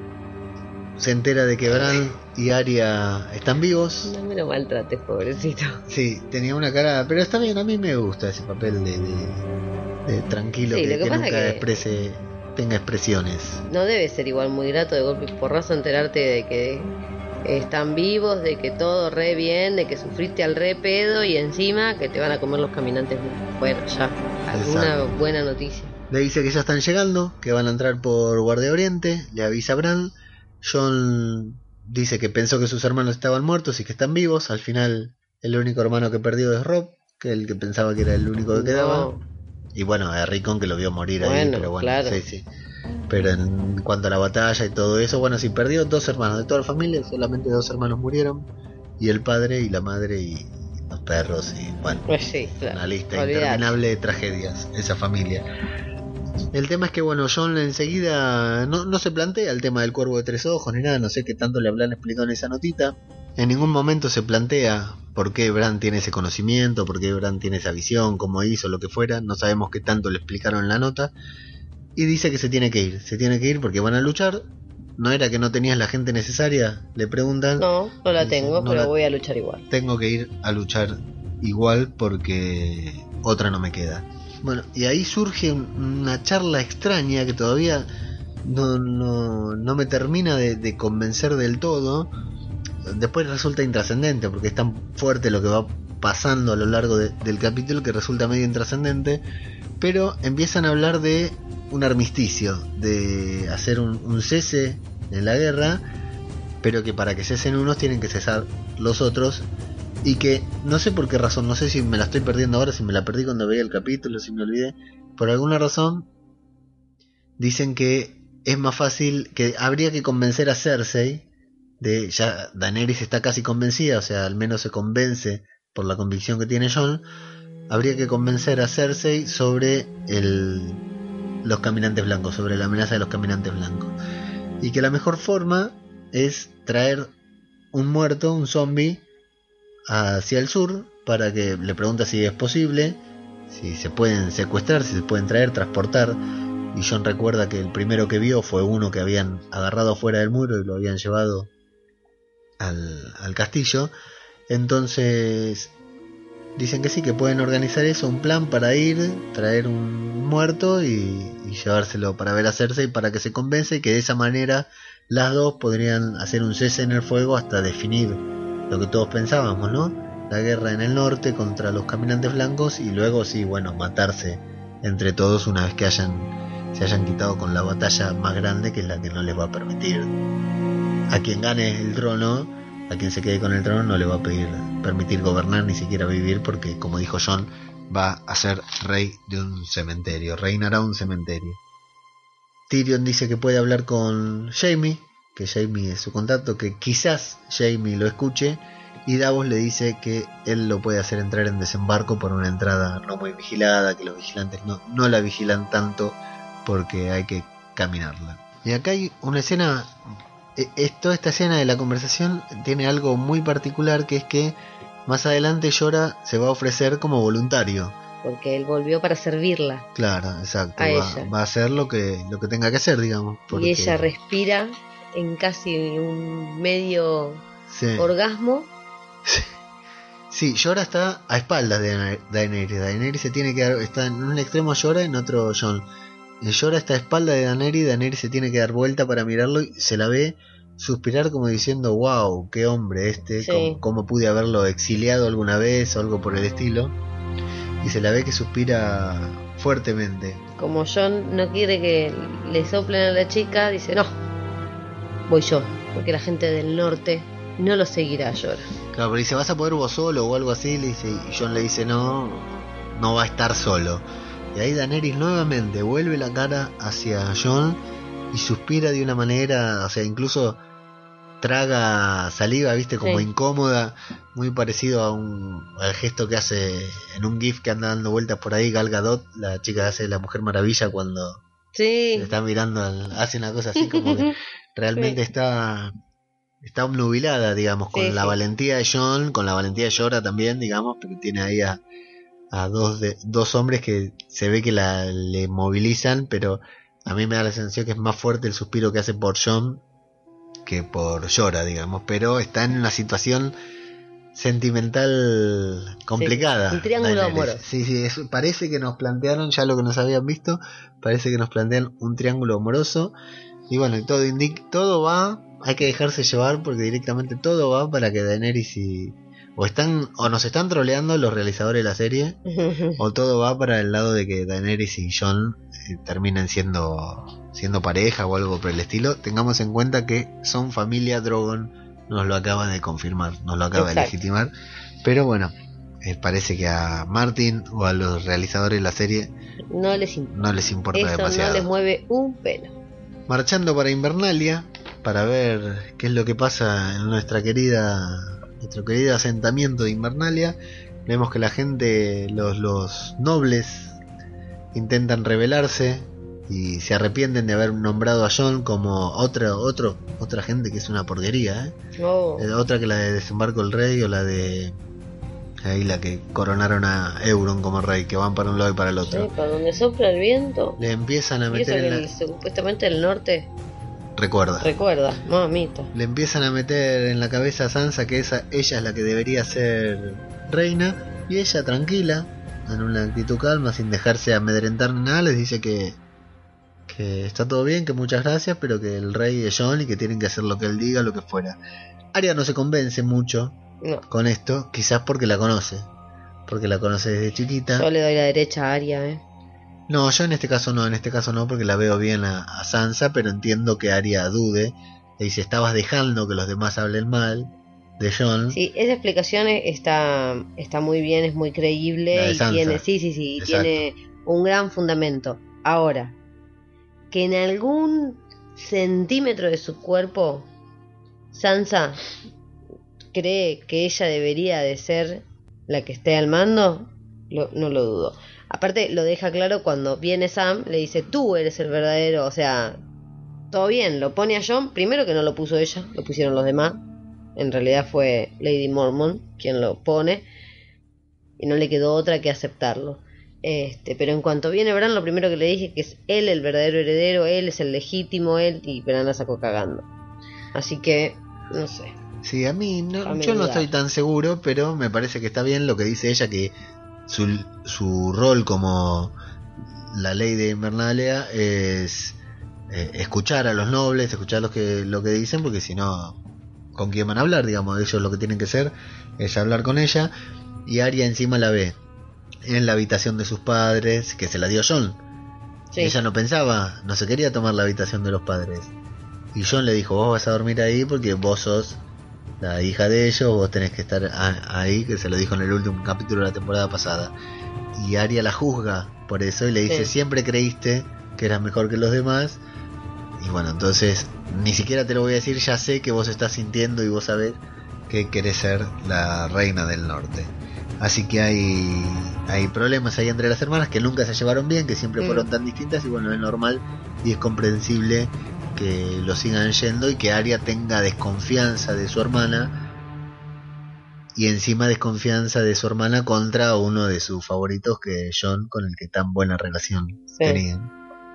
se entera de que Bran y Arya están vivos. No me lo maltrates, pobrecito. Sí, tenía una cara, pero está bien, a mí me gusta ese papel de, de, de tranquilo, sí, que, que, que nunca que exprese, tenga expresiones. No debe ser igual muy grato de golpe y porrazo enterarte de que están vivos, de que todo re bien, de que sufriste al re pedo y encima que te van a comer los caminantes. Bueno, ya, alguna Exacto. buena noticia. Le dice que ya están llegando, que van a entrar por Guardia Oriente, le avisa a Bran. Jon dice que pensó que sus hermanos estaban muertos y que están vivos. Al final el único hermano que perdió es Robb, que el que pensaba que era el único que quedaba. No. Y bueno, a Rickon, que lo vio morir bueno, ahí, pero bueno, claro. sí, sí. Pero en cuanto a la batalla y todo eso, bueno, sí, perdió dos hermanos de toda la familia, solamente dos hermanos murieron, y el padre y la madre y los perros, y bueno, pues sí, claro. Una lista Olvidate. interminable de tragedias, esa familia. El tema es que bueno, Jon enseguida no, no se plantea el tema del cuervo de tres ojos ni nada, no sé qué tanto le habrán explicado en esa notita. En ningún momento se plantea por qué Bran tiene ese conocimiento, por qué Bran tiene esa visión, cómo hizo, lo que fuera. No sabemos qué tanto le explicaron en la nota. Y dice que se tiene que ir, se tiene que ir porque van a luchar. ¿no era que no tenías la gente necesaria? Le preguntan. No, no la Dice, tengo, no pero la- voy a luchar igual. Tengo que ir a luchar igual porque otra no me queda. Bueno, y ahí surge un- una charla extraña que todavía no, no, no me termina de, de convencer del todo. Después resulta intrascendente porque es tan fuerte lo que va pasando a lo largo de- del capítulo que resulta medio intrascendente. Pero empiezan a hablar de un armisticio, de hacer un, un cese en la guerra, pero que para que cesen unos tienen que cesar los otros. Y que no sé por qué razón, no sé si me la estoy perdiendo ahora, si me la perdí cuando veía el capítulo, si me olvidé. Por alguna razón dicen que es más fácil, que habría que convencer a Cersei de, ya Daenerys está casi convencida, o sea, al menos se convence por la convicción que tiene Jon. Habría que convencer a Cersei sobre el, los caminantes blancos, sobre la amenaza de los caminantes blancos. Y que la mejor forma es traer un muerto, un zombie, hacia el sur, para que le pregunta si es posible, si se pueden secuestrar, si se pueden traer, transportar. Y Jon recuerda que el primero que vio fue uno que habían agarrado fuera del muro y lo habían llevado al, al castillo. Entonces dicen que sí, que pueden organizar eso, un plan para ir, traer un muerto y, y llevárselo para ver a Cersei, para que se convence, y que de esa manera las dos podrían hacer un cese en el fuego hasta definir lo que todos pensábamos, ¿no? La guerra en el norte contra los caminantes blancos, y luego sí, bueno, matarse entre todos una vez que hayan se hayan quitado con la batalla más grande, que es la que no les va a permitir a quien gane el trono, a quien se quede con el trono, no le va a pedir, permitir gobernar, ni siquiera vivir, porque como dijo Jon, va a ser rey de un cementerio, reinará un cementerio. Tyrion dice que puede hablar con Jaime, que Jaime es su contacto, que quizás Jaime lo escuche, y Davos le dice que él lo puede hacer entrar en desembarco por una entrada no muy vigilada, que los vigilantes no, no la vigilan tanto porque hay que caminarla. Y acá hay una escena, es, toda esta escena de la conversación tiene algo muy particular, que es que más adelante Jorah se va a ofrecer como voluntario. Porque él volvió para servirla. Claro, exacto. A Va, ella. va a hacer lo que, lo que tenga que hacer, digamos. Porque... Y ella respira en casi un medio sí. orgasmo. Sí, Jorah está a espaldas de Daenerys. Daenerys se tiene que dar, está en un extremo Jorah, en otro Jon. Jorah está a espaldas de Daenerys. Daenerys se tiene que dar vuelta para mirarlo y se la ve suspirar como diciendo, wow, qué hombre este, sí. cómo, cómo pude haberlo exiliado alguna vez o algo por el estilo. Y se la ve que suspira fuertemente. Como Jon no quiere que le soplen a la chica, dice, no, voy yo, porque la gente del norte no lo seguirá a Jorah. Claro, pero dice, ¿vas a poder vos solo o algo así? Le dice, y Jon le dice, no, no va a estar solo. Y ahí Daenerys nuevamente vuelve la cara hacia Jon y suspira de una manera, o sea, incluso traga saliva, viste, como sí. incómoda, muy parecido a un al gesto que hace en un gif que anda dando vueltas por ahí Gal Gadot, la chica que hace La Mujer Maravilla, cuando sí. se está mirando, al, hace una cosa así como que realmente sí. está está obnubilada, digamos, con sí, la sí. valentía de Jon, con la valentía de Jorah también, digamos, pero tiene ahí a, a dos de, dos hombres que se ve que la le movilizan, pero a mí me da la sensación que es más fuerte el suspiro que hace por Jon que por Jorah, digamos, pero está en una situación sentimental complicada. Sí, un triángulo amoroso. Sí, sí, es, parece que nos plantearon ya lo que nos habían visto, parece que nos plantean un triángulo amoroso, y bueno, y todo indica, todo va, hay que dejarse llevar porque directamente todo va para que Daenerys y o están o nos están troleando los realizadores de la serie o todo va para el lado de que Daenerys y Jon eh, terminen siendo siendo pareja o algo por el estilo. Tengamos en cuenta que son familia Drogon, nos lo acaba de confirmar, nos lo acaba Exacto. de legitimar, pero bueno, eh, parece que a Martin o a los realizadores de la serie no les importa, no les importa eso demasiado. No les mueve un pelo. Marchando para Invernalia para ver qué es lo que pasa en nuestra querida nuestro querido asentamiento de Invernalia, vemos que la gente, los, los nobles intentan rebelarse y se arrepienten de haber nombrado a Jon como otra otro otra gente que es una porquería, ¿eh? Oh. Eh, otra que la de Desembarco del Rey o la de ahí la que coronaron a Euron como rey, que van para un lado y para el otro. Sí, para donde sopla el viento. Le empiezan a meter y eso en que la... el, supuestamente el norte recuerda. Recuerda, mamita. Le empiezan a meter en la cabeza a Sansa que esa, ella es la que debería ser reina, y ella tranquila, en una actitud calma, sin dejarse amedrentar ni nada, les dice que, que está todo bien, que muchas gracias, pero que el rey es Jon y que tienen que hacer lo que él diga, lo que fuera. Arya no se convence mucho No. con esto, quizás porque la conoce, porque la conoce desde chiquita. Yo le doy la derecha a Arya, ¿eh? No, yo en este caso no, en este caso no, porque la veo bien a, a Sansa, pero entiendo que Arya dude. Le dice, estabas dejando que los demás hablen mal de Jon. Sí, esa explicación está, está muy bien, es muy La creíble de y Sansa. tiene, sí, sí, sí, y Exacto. tiene un gran fundamento. Ahora, que en algún centímetro de su cuerpo Sansa cree que ella debería de ser la que esté al mando, lo, no lo dudo. Aparte lo deja claro cuando viene Sam, le dice, tú eres el verdadero, o sea, todo bien, lo pone a Jon, primero que no lo puso ella, lo pusieron los demás, en realidad fue Lady Mormont quien lo pone, y no le quedó otra que aceptarlo. Este, pero en cuanto viene Bran, lo primero que le dije que es él el verdadero heredero, él es el legítimo, él, y Bran la sacó cagando. Así que, no sé. Sí, a mí no, Déjame yo no dudar. estoy tan seguro, pero me parece que está bien lo que dice ella, que su, su rol como la ley de Invernalia es eh, escuchar a los nobles, escuchar los que, lo que dicen, porque si no, ¿con quién van a hablar? Digamos, ellos lo que tienen que hacer es hablar con ella, y Arya encima la ve en la habitación de sus padres, que se la dio Jon. Sí. Ella no pensaba, no se quería tomar la habitación de los padres. Y Jon le dijo, vos vas a dormir ahí porque vos sos la hija de ellos, vos tenés que estar a- ahí, que se lo dijo en el último capítulo de la temporada pasada. Y Arya la juzga por eso y le dice, Sí. siempre creíste que eras mejor que los demás. Y bueno, entonces ni siquiera te lo voy a decir, ya sé que vos estás sintiendo y vos sabés que querés ser la reina del norte. Así que hay, hay problemas ahí entre las hermanas que nunca se llevaron bien, que siempre Mm. fueron tan distintas, y bueno, es normal y es comprensible que lo sigan yendo y que Arya tenga desconfianza de su hermana, y encima desconfianza de su hermana contra uno de sus favoritos, que es Jon, con el que tan buena relación Sí. tenían.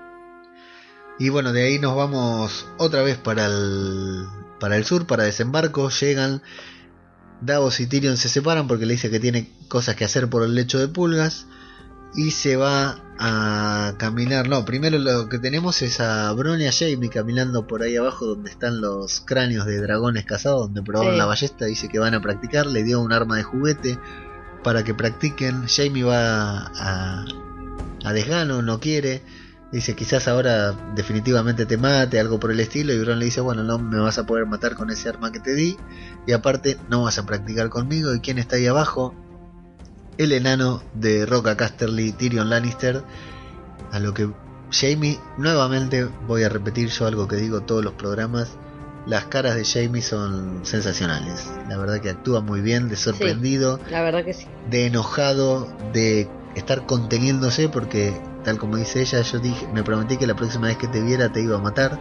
Y bueno, de ahí nos vamos otra vez para el, para el sur, para desembarco. Llegan, Davos y Tyrion se separan porque le dice que tiene cosas que hacer por el lecho de pulgas, y se va a caminar. No, primero lo que tenemos es a Bron y a Jaime caminando por ahí abajo donde están los cráneos de dragones cazados, donde probaron Sí. la ballesta. Dice que van a practicar, le dio un arma de juguete para que practiquen. Jaime va a, a desgano, no quiere. Dice, quizás ahora definitivamente te mate, algo por el estilo. Y Bron le dice, bueno, no me vas a poder matar con ese arma que te di, y aparte no vas a practicar conmigo. ¿Y quién está ahí abajo? El enano de Roca Casterly, Tyrion Lannister. A lo que Jaime, nuevamente voy a repetir yo algo que digo todos los programas, las caras de Jaime son sensacionales. La verdad que actúa muy bien, de sorprendido, La verdad que sí. de enojado, de estar conteniéndose, porque tal como dice ella, yo dije, me prometí que la próxima vez que te viera te iba a matar.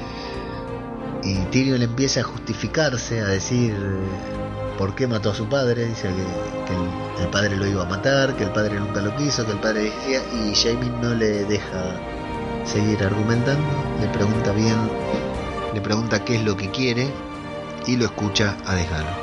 Y Tyrion empieza a justificarse, a decir eh, por qué mató a su padre. Dice que, que el, el padre lo iba a matar, que el padre nunca lo quiso, que el padre decía, y Jaime no le deja seguir argumentando. Le pregunta bien, le pregunta qué es lo que quiere, y lo escucha a desgano.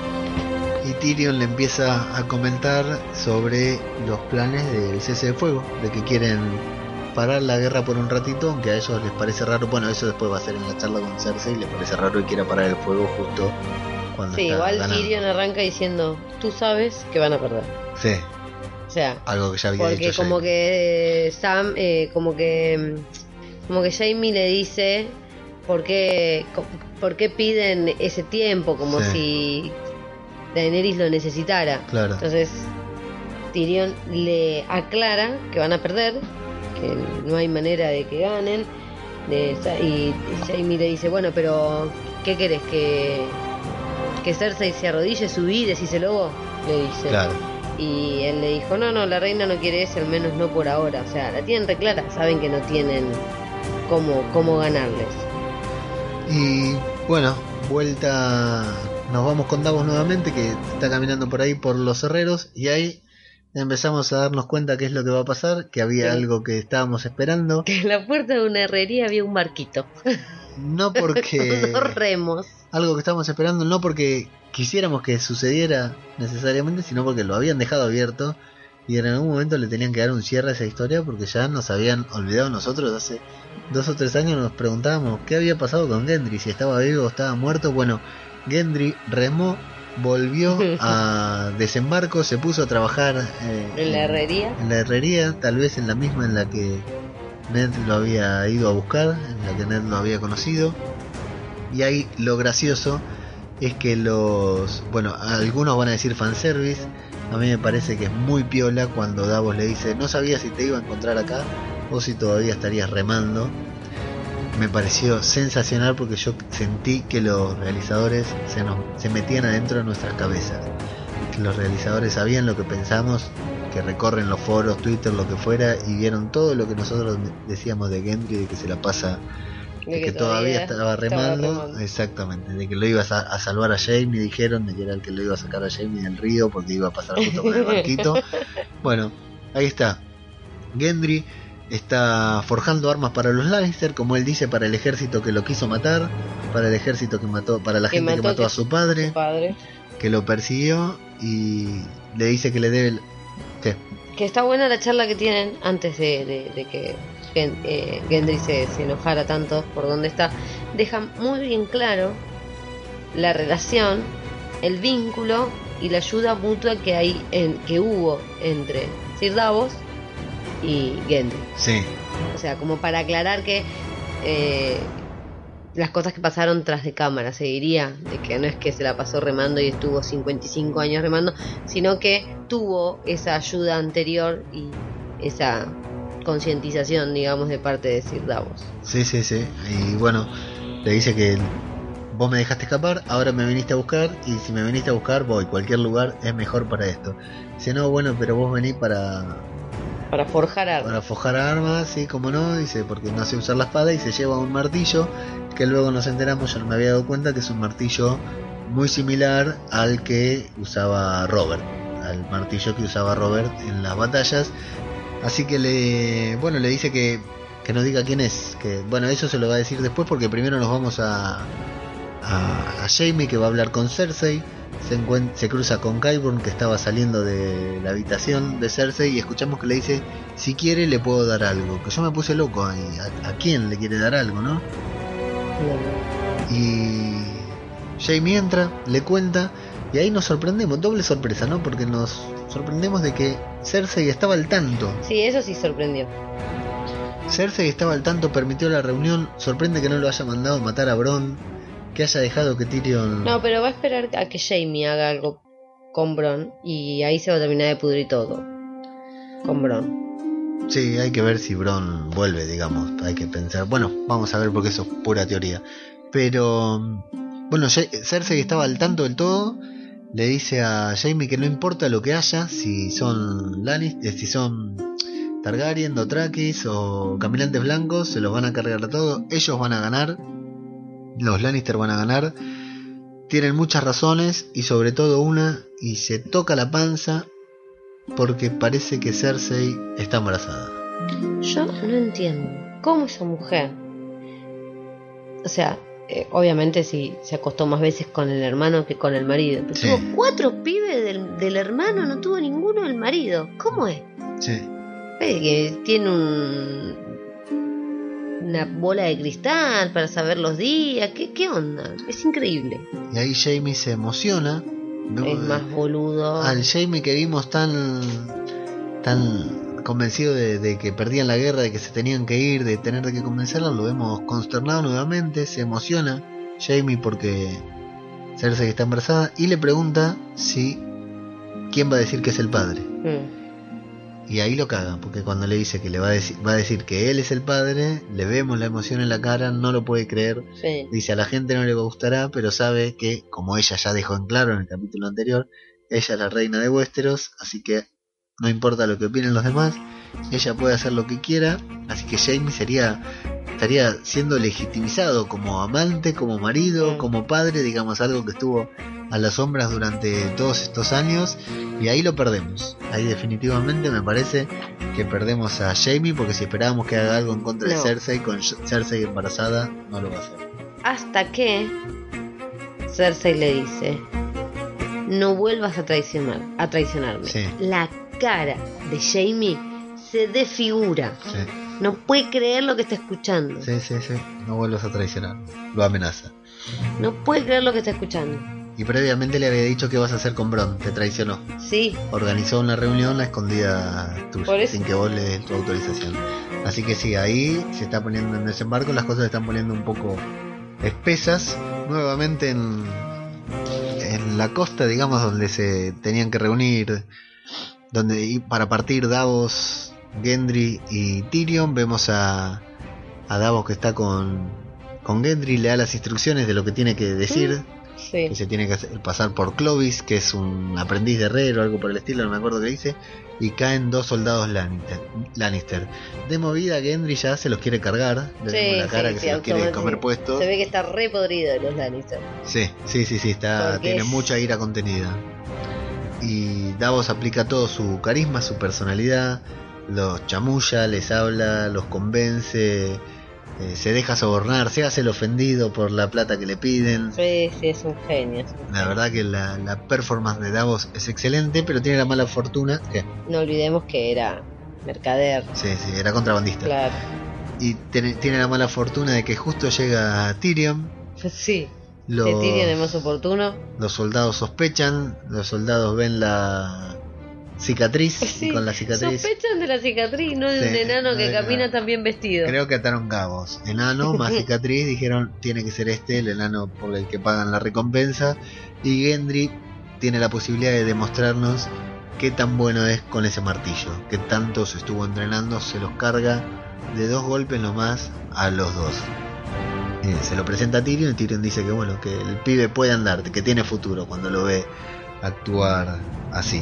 Y Tyrion le empieza a comentar sobre los planes del cese de fuego, de que quieren parar la guerra por un ratito, aunque a ellos les parece raro. Bueno, eso después va a ser en la charla con Cersei, les parece raro que quiera parar el fuego justo cuando Sí, está igual ganando. Tyrion arranca diciendo, tú sabes que van a perder. Sí, O sea, algo que ya había porque dicho como Jaime. que Sam, eh, como que como que Jaime le dice por qué, co- por qué piden ese tiempo, como Sí. si Daenerys lo necesitara. Claro. Entonces Tyrion le aclara que van a perder, que no hay manera de que ganen, de, y Jaime le dice, bueno, pero ¿qué querés? Que, que Cersei se arrodille, subí, decíselo vos, le dice. Claro. Y él le dijo, no, no, la reina no quiere eso, al menos no por ahora. O sea, la tienen reclara, saben que no tienen cómo, cómo ganarles. Y bueno, vuelta, nos vamos con Davos nuevamente, que está caminando por ahí por los herreros, y ahí empezamos a darnos cuenta qué es lo que va a pasar, que había sí. algo que estábamos esperando. Que en la puerta de una herrería había un barquito. No porque... Dos remos. Algo que estábamos esperando, no porque quisiéramos que sucediera necesariamente, sino porque lo habían dejado abierto y en algún momento le tenían que dar un cierre a esa historia porque ya nos habían olvidado nosotros. Hace dos o tres años nos preguntábamos qué había pasado con Gendry, si estaba vivo o estaba muerto. Bueno, Gendry remó, volvió a desembarco, se puso a trabajar eh, en la herrería. En la herrería, tal vez en la misma en la que Ned lo había ido a buscar, en la que Ned lo había conocido. Y ahí lo gracioso es que los... Bueno, algunos van a decir fanservice. A mí me parece que es muy piola cuando Davos le dice: no sabía si te iba a encontrar acá o si todavía estarías remando. Me pareció sensacional porque yo sentí que los realizadores se, nos, se metían adentro de nuestras cabezas. Que los realizadores sabían lo que pensamos, que recorren los foros, Twitter, lo que fuera, y vieron todo lo que nosotros decíamos de Gendry, de que se la pasa... De, de que, que todavía, todavía estaba, remando, estaba remando, exactamente, de que lo iba a, a salvar a Jaime, dijeron, de que era el que lo iba a sacar a Jaime del río porque iba a pasar justo por el barquito. Bueno, ahí está. Gendry está forjando armas para los Lannister, como él dice, para el ejército que lo quiso matar, para el ejército que mató, para la que gente mató, que mató a su padre, su padre, que lo persiguió y le dice que le debe el... ¿Qué? Que está buena la charla que tienen antes de, de, de que Eh, Gendry se, se enojara tanto por donde está. Deja muy bien claro la relación, el vínculo y la ayuda mutua que hay en, que hubo entre Sir Davos y Gendry. Sí. O sea, como para aclarar que eh, las cosas que pasaron tras de cámara, se diría, de que no es que se la pasó remando y estuvo cincuenta y cinco años remando, sino que tuvo esa ayuda anterior y esa concientización, digamos, de parte de Sir Davos. Sí, sí, sí. Y bueno, le dice que vos me dejaste escapar, ahora me viniste a buscar, y si me viniste a buscar, voy, cualquier lugar es mejor para esto. Dice, no, bueno, pero vos venís para... Para forjar armas. Para forjar armas, sí, como no, dice, porque no sé usar la espada, y se lleva un martillo, que luego nos enteramos, yo no me había dado cuenta, que es un martillo muy similar al que usaba Robert, al martillo que usaba Robert en las batallas. Así que le, bueno, le dice que, que no diga quién es, que bueno, eso se lo va a decir después porque primero nos vamos a a, a Jaime, que va a hablar con Cersei, se, encuent- se cruza con Qyburn, que estaba saliendo de la habitación de Cersei, y escuchamos que le dice, si quiere le puedo dar algo, que yo me puse loco ahí, ¿a, a quién le quiere dar algo, no? Y Jaime entra, le cuenta, y ahí nos sorprendemos, doble sorpresa, ¿no? Porque nos sorprendemos de que Cersei estaba al tanto. Sí, eso sí sorprendió. Cersei estaba al tanto, permitió la reunión. Sorprende que no lo haya mandado a matar a Bronn, que haya dejado que Tyrion... No, pero va a esperar a que Jaime haga algo con Bronn, y ahí se va a terminar de pudrir todo con Bronn. Sí, hay que ver si Bronn vuelve, digamos. Hay que pensar, bueno, vamos a ver, porque eso es pura teoría. Pero bueno, Cersei estaba al tanto del todo. Le dice a Jaime que no importa lo que haya, si son Lannister, si son Targaryen, Dothrakis o Caminantes Blancos, se los van a cargar a todos. Ellos van a ganar, los Lannister van a ganar. Tienen muchas razones, y sobre todo una, y se toca la panza porque parece que Cersei está embarazada. Yo no entiendo cómo esa mujer, o sea, Eh, obviamente sí, se acostó más veces con el hermano que con el marido, pero sí. Tuvo cuatro pibes del, del hermano, no tuvo ninguno del marido. ¿Cómo es? Sí. Eh, que tiene un, una bola de cristal para saber los días. ¿Qué, qué onda? Es increíble. Y ahí Jaime se emociona. Es más boludo. Al Jaime que vimos tan tan convencido de, de que perdían la guerra, de que se tenían que ir, de tener que convencerla, lo vemos consternado nuevamente. Se emociona Jaime porque Cersei está embarazada y le pregunta si quién va a decir que es el padre. Mm. Y ahí lo caga, porque cuando le dice que le va a decir, va a decir que él es el padre, le vemos la emoción en la cara, no lo puede creer. Sí. Dice, a la gente no le gustará, pero sabe que, como ella ya dejó en claro en el capítulo anterior, ella es la reina de Westeros, así que no importa lo que opinen los demás, ella puede hacer lo que quiera. Así que Jaime sería estaría siendo legitimizado como amante, como marido, Mm. como padre, digamos, algo que estuvo a las sombras durante todos estos años, y ahí lo perdemos. Ahí definitivamente me parece que perdemos a Jaime, porque si esperábamos que haga algo en contra de No. Cersei, con Cersei embarazada, no lo va a hacer. Hasta que Cersei le dice: no vuelvas a traicionar, a traicionarme. Sí. La cara de Jaime se desfigura. Sí, No puede creer lo que está escuchando. sí, sí, sí. No vuelvas a traicionar. Lo amenaza. No puede creer lo que está escuchando. Y previamente le había dicho qué vas a hacer con Bronn, te traicionó. Sí, Organizó una reunión a escondida Por tuya, eso. sin que vos le des tu autorización. Así que sí, ahí se está poniendo en desembarco, las cosas se están poniendo un poco espesas. Nuevamente en, en la costa, digamos, donde se tenían que reunir, donde y para partir Davos, Gendry y Tyrion, vemos a, a Davos que está con, con Gendry, le da las instrucciones de lo que tiene que decir. sí. Que se tiene que hacer- pasar por Clovis, que es un aprendiz de herrero o algo por el estilo, no me acuerdo qué dice, y caen dos soldados Lannister. Lannister. De movida, Gendry ya se los quiere cargar, le Sí, vemos la cara sí, que sí, se los quiere automático. comer puestos. Se ve que está re podrido de los Lannister. Sí, sí, sí, sí, está, Porque tiene es- mucha ira contenida. Y Davos aplica todo su carisma, su personalidad, los chamulla, les habla, los convence, eh, se deja sobornar, se hace el ofendido por la plata que le piden. Sí, sí, es un genio. es un La genio. verdad que la, la performance de Davos es excelente, pero tiene la mala fortuna que No olvidemos que era mercader. sí, sí, era contrabandista. Claro. Y tiene, tiene la mala fortuna de que justo llega Tyrion. Sí. Los, De Tyrion es más oportuno. los soldados sospechan, los soldados ven la cicatriz Sí, y con la cicatriz sospechan de la cicatriz, no de Sí, un enano no que de camina nada. tan bien vestido. creo que ataron cabos. Enano más cicatriz, dijeron tiene que ser este el enano por el que pagan la recompensa. Y Gendry tiene la posibilidad de demostrarnos qué tan bueno es con ese martillo, que tanto se estuvo entrenando, se los carga de dos golpes nomás a los dos. Eh, se lo presenta a Tyrion y Tyrion dice que bueno, que el pibe puede andar, que tiene futuro cuando lo ve actuar así.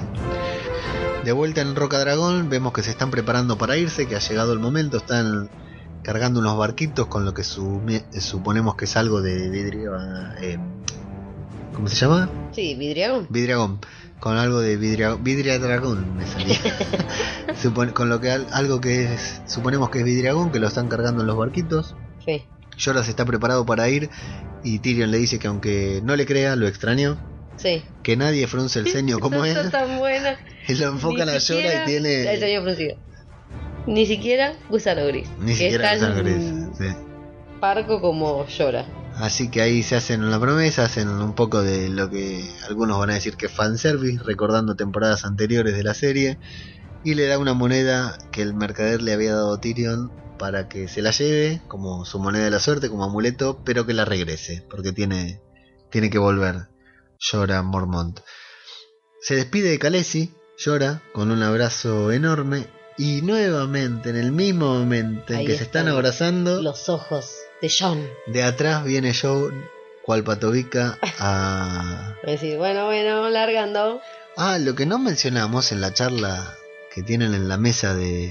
De vuelta en Roca Dragón vemos que se están preparando para irse, que ha llegado el momento, están cargando unos barquitos con lo que su- suponemos que es algo de vidrio, eh, ¿cómo se llama? Sí, vidriagón. Vidriagón, con algo de vidria, vidria dragón me salía. Supon- con lo que al- algo que es, suponemos que es vidriagón, que lo están cargando en los barquitos. Sí. Jorah está preparado para ir y Tyrion le dice que aunque no le crea, lo extrañó, Sí. que nadie frunce el ceño como No él. está tan buena. Y lo enfocan Ni a siquiera- Jorah y tiene El ceño fruncido. Ni siquiera gusano gris. ni que siquiera es tan gusano gris, sí. parco como llora. Así que ahí se hacen una promesa, hacen un poco de lo que algunos van a decir que es fanservice, recordando temporadas anteriores de la serie, y le da una moneda que el mercader le había dado a Tyrion para que se la lleve como su moneda de la suerte, como amuleto, pero que la regrese, porque tiene, tiene que volver Jorah Mormont. Se despide de Khaleesi, Jorah, con un abrazo enorme, y nuevamente, en el mismo momento en Ahí que se están están abrazando, Los ojos de John. de atrás viene Joe, cual patobica, a... Es decir, bueno, bueno, largando. Ah, lo que no mencionamos en la charla que tienen en la mesa de...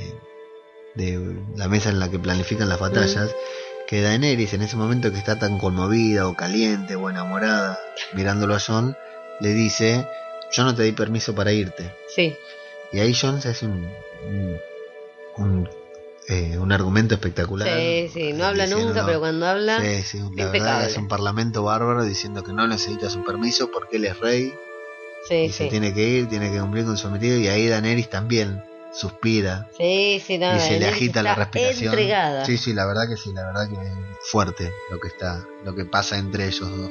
de la mesa en la que planifican las batallas, que Daenerys en ese momento que está tan conmovida o caliente o enamorada, mirándolo a Jon, le dice, yo no te di permiso para irte. Sí. Y ahí Jon se hace un... un, un, eh, un argumento espectacular. Sí, sí. No habla diciendo, nunca, pero cuando habla. Sí, sí, la verdad impecable. que es un parlamento bárbaro diciendo que no necesita su permiso porque él es rey Sí, y sí. se tiene que ir, tiene que cumplir con su cometido, y ahí Daenerys también suspira Sí, sí, no, y se le Daenerys agita la está respiración. Entregada. Sí, sí, la verdad que sí, la verdad que es fuerte lo que está, lo que pasa entre ellos dos.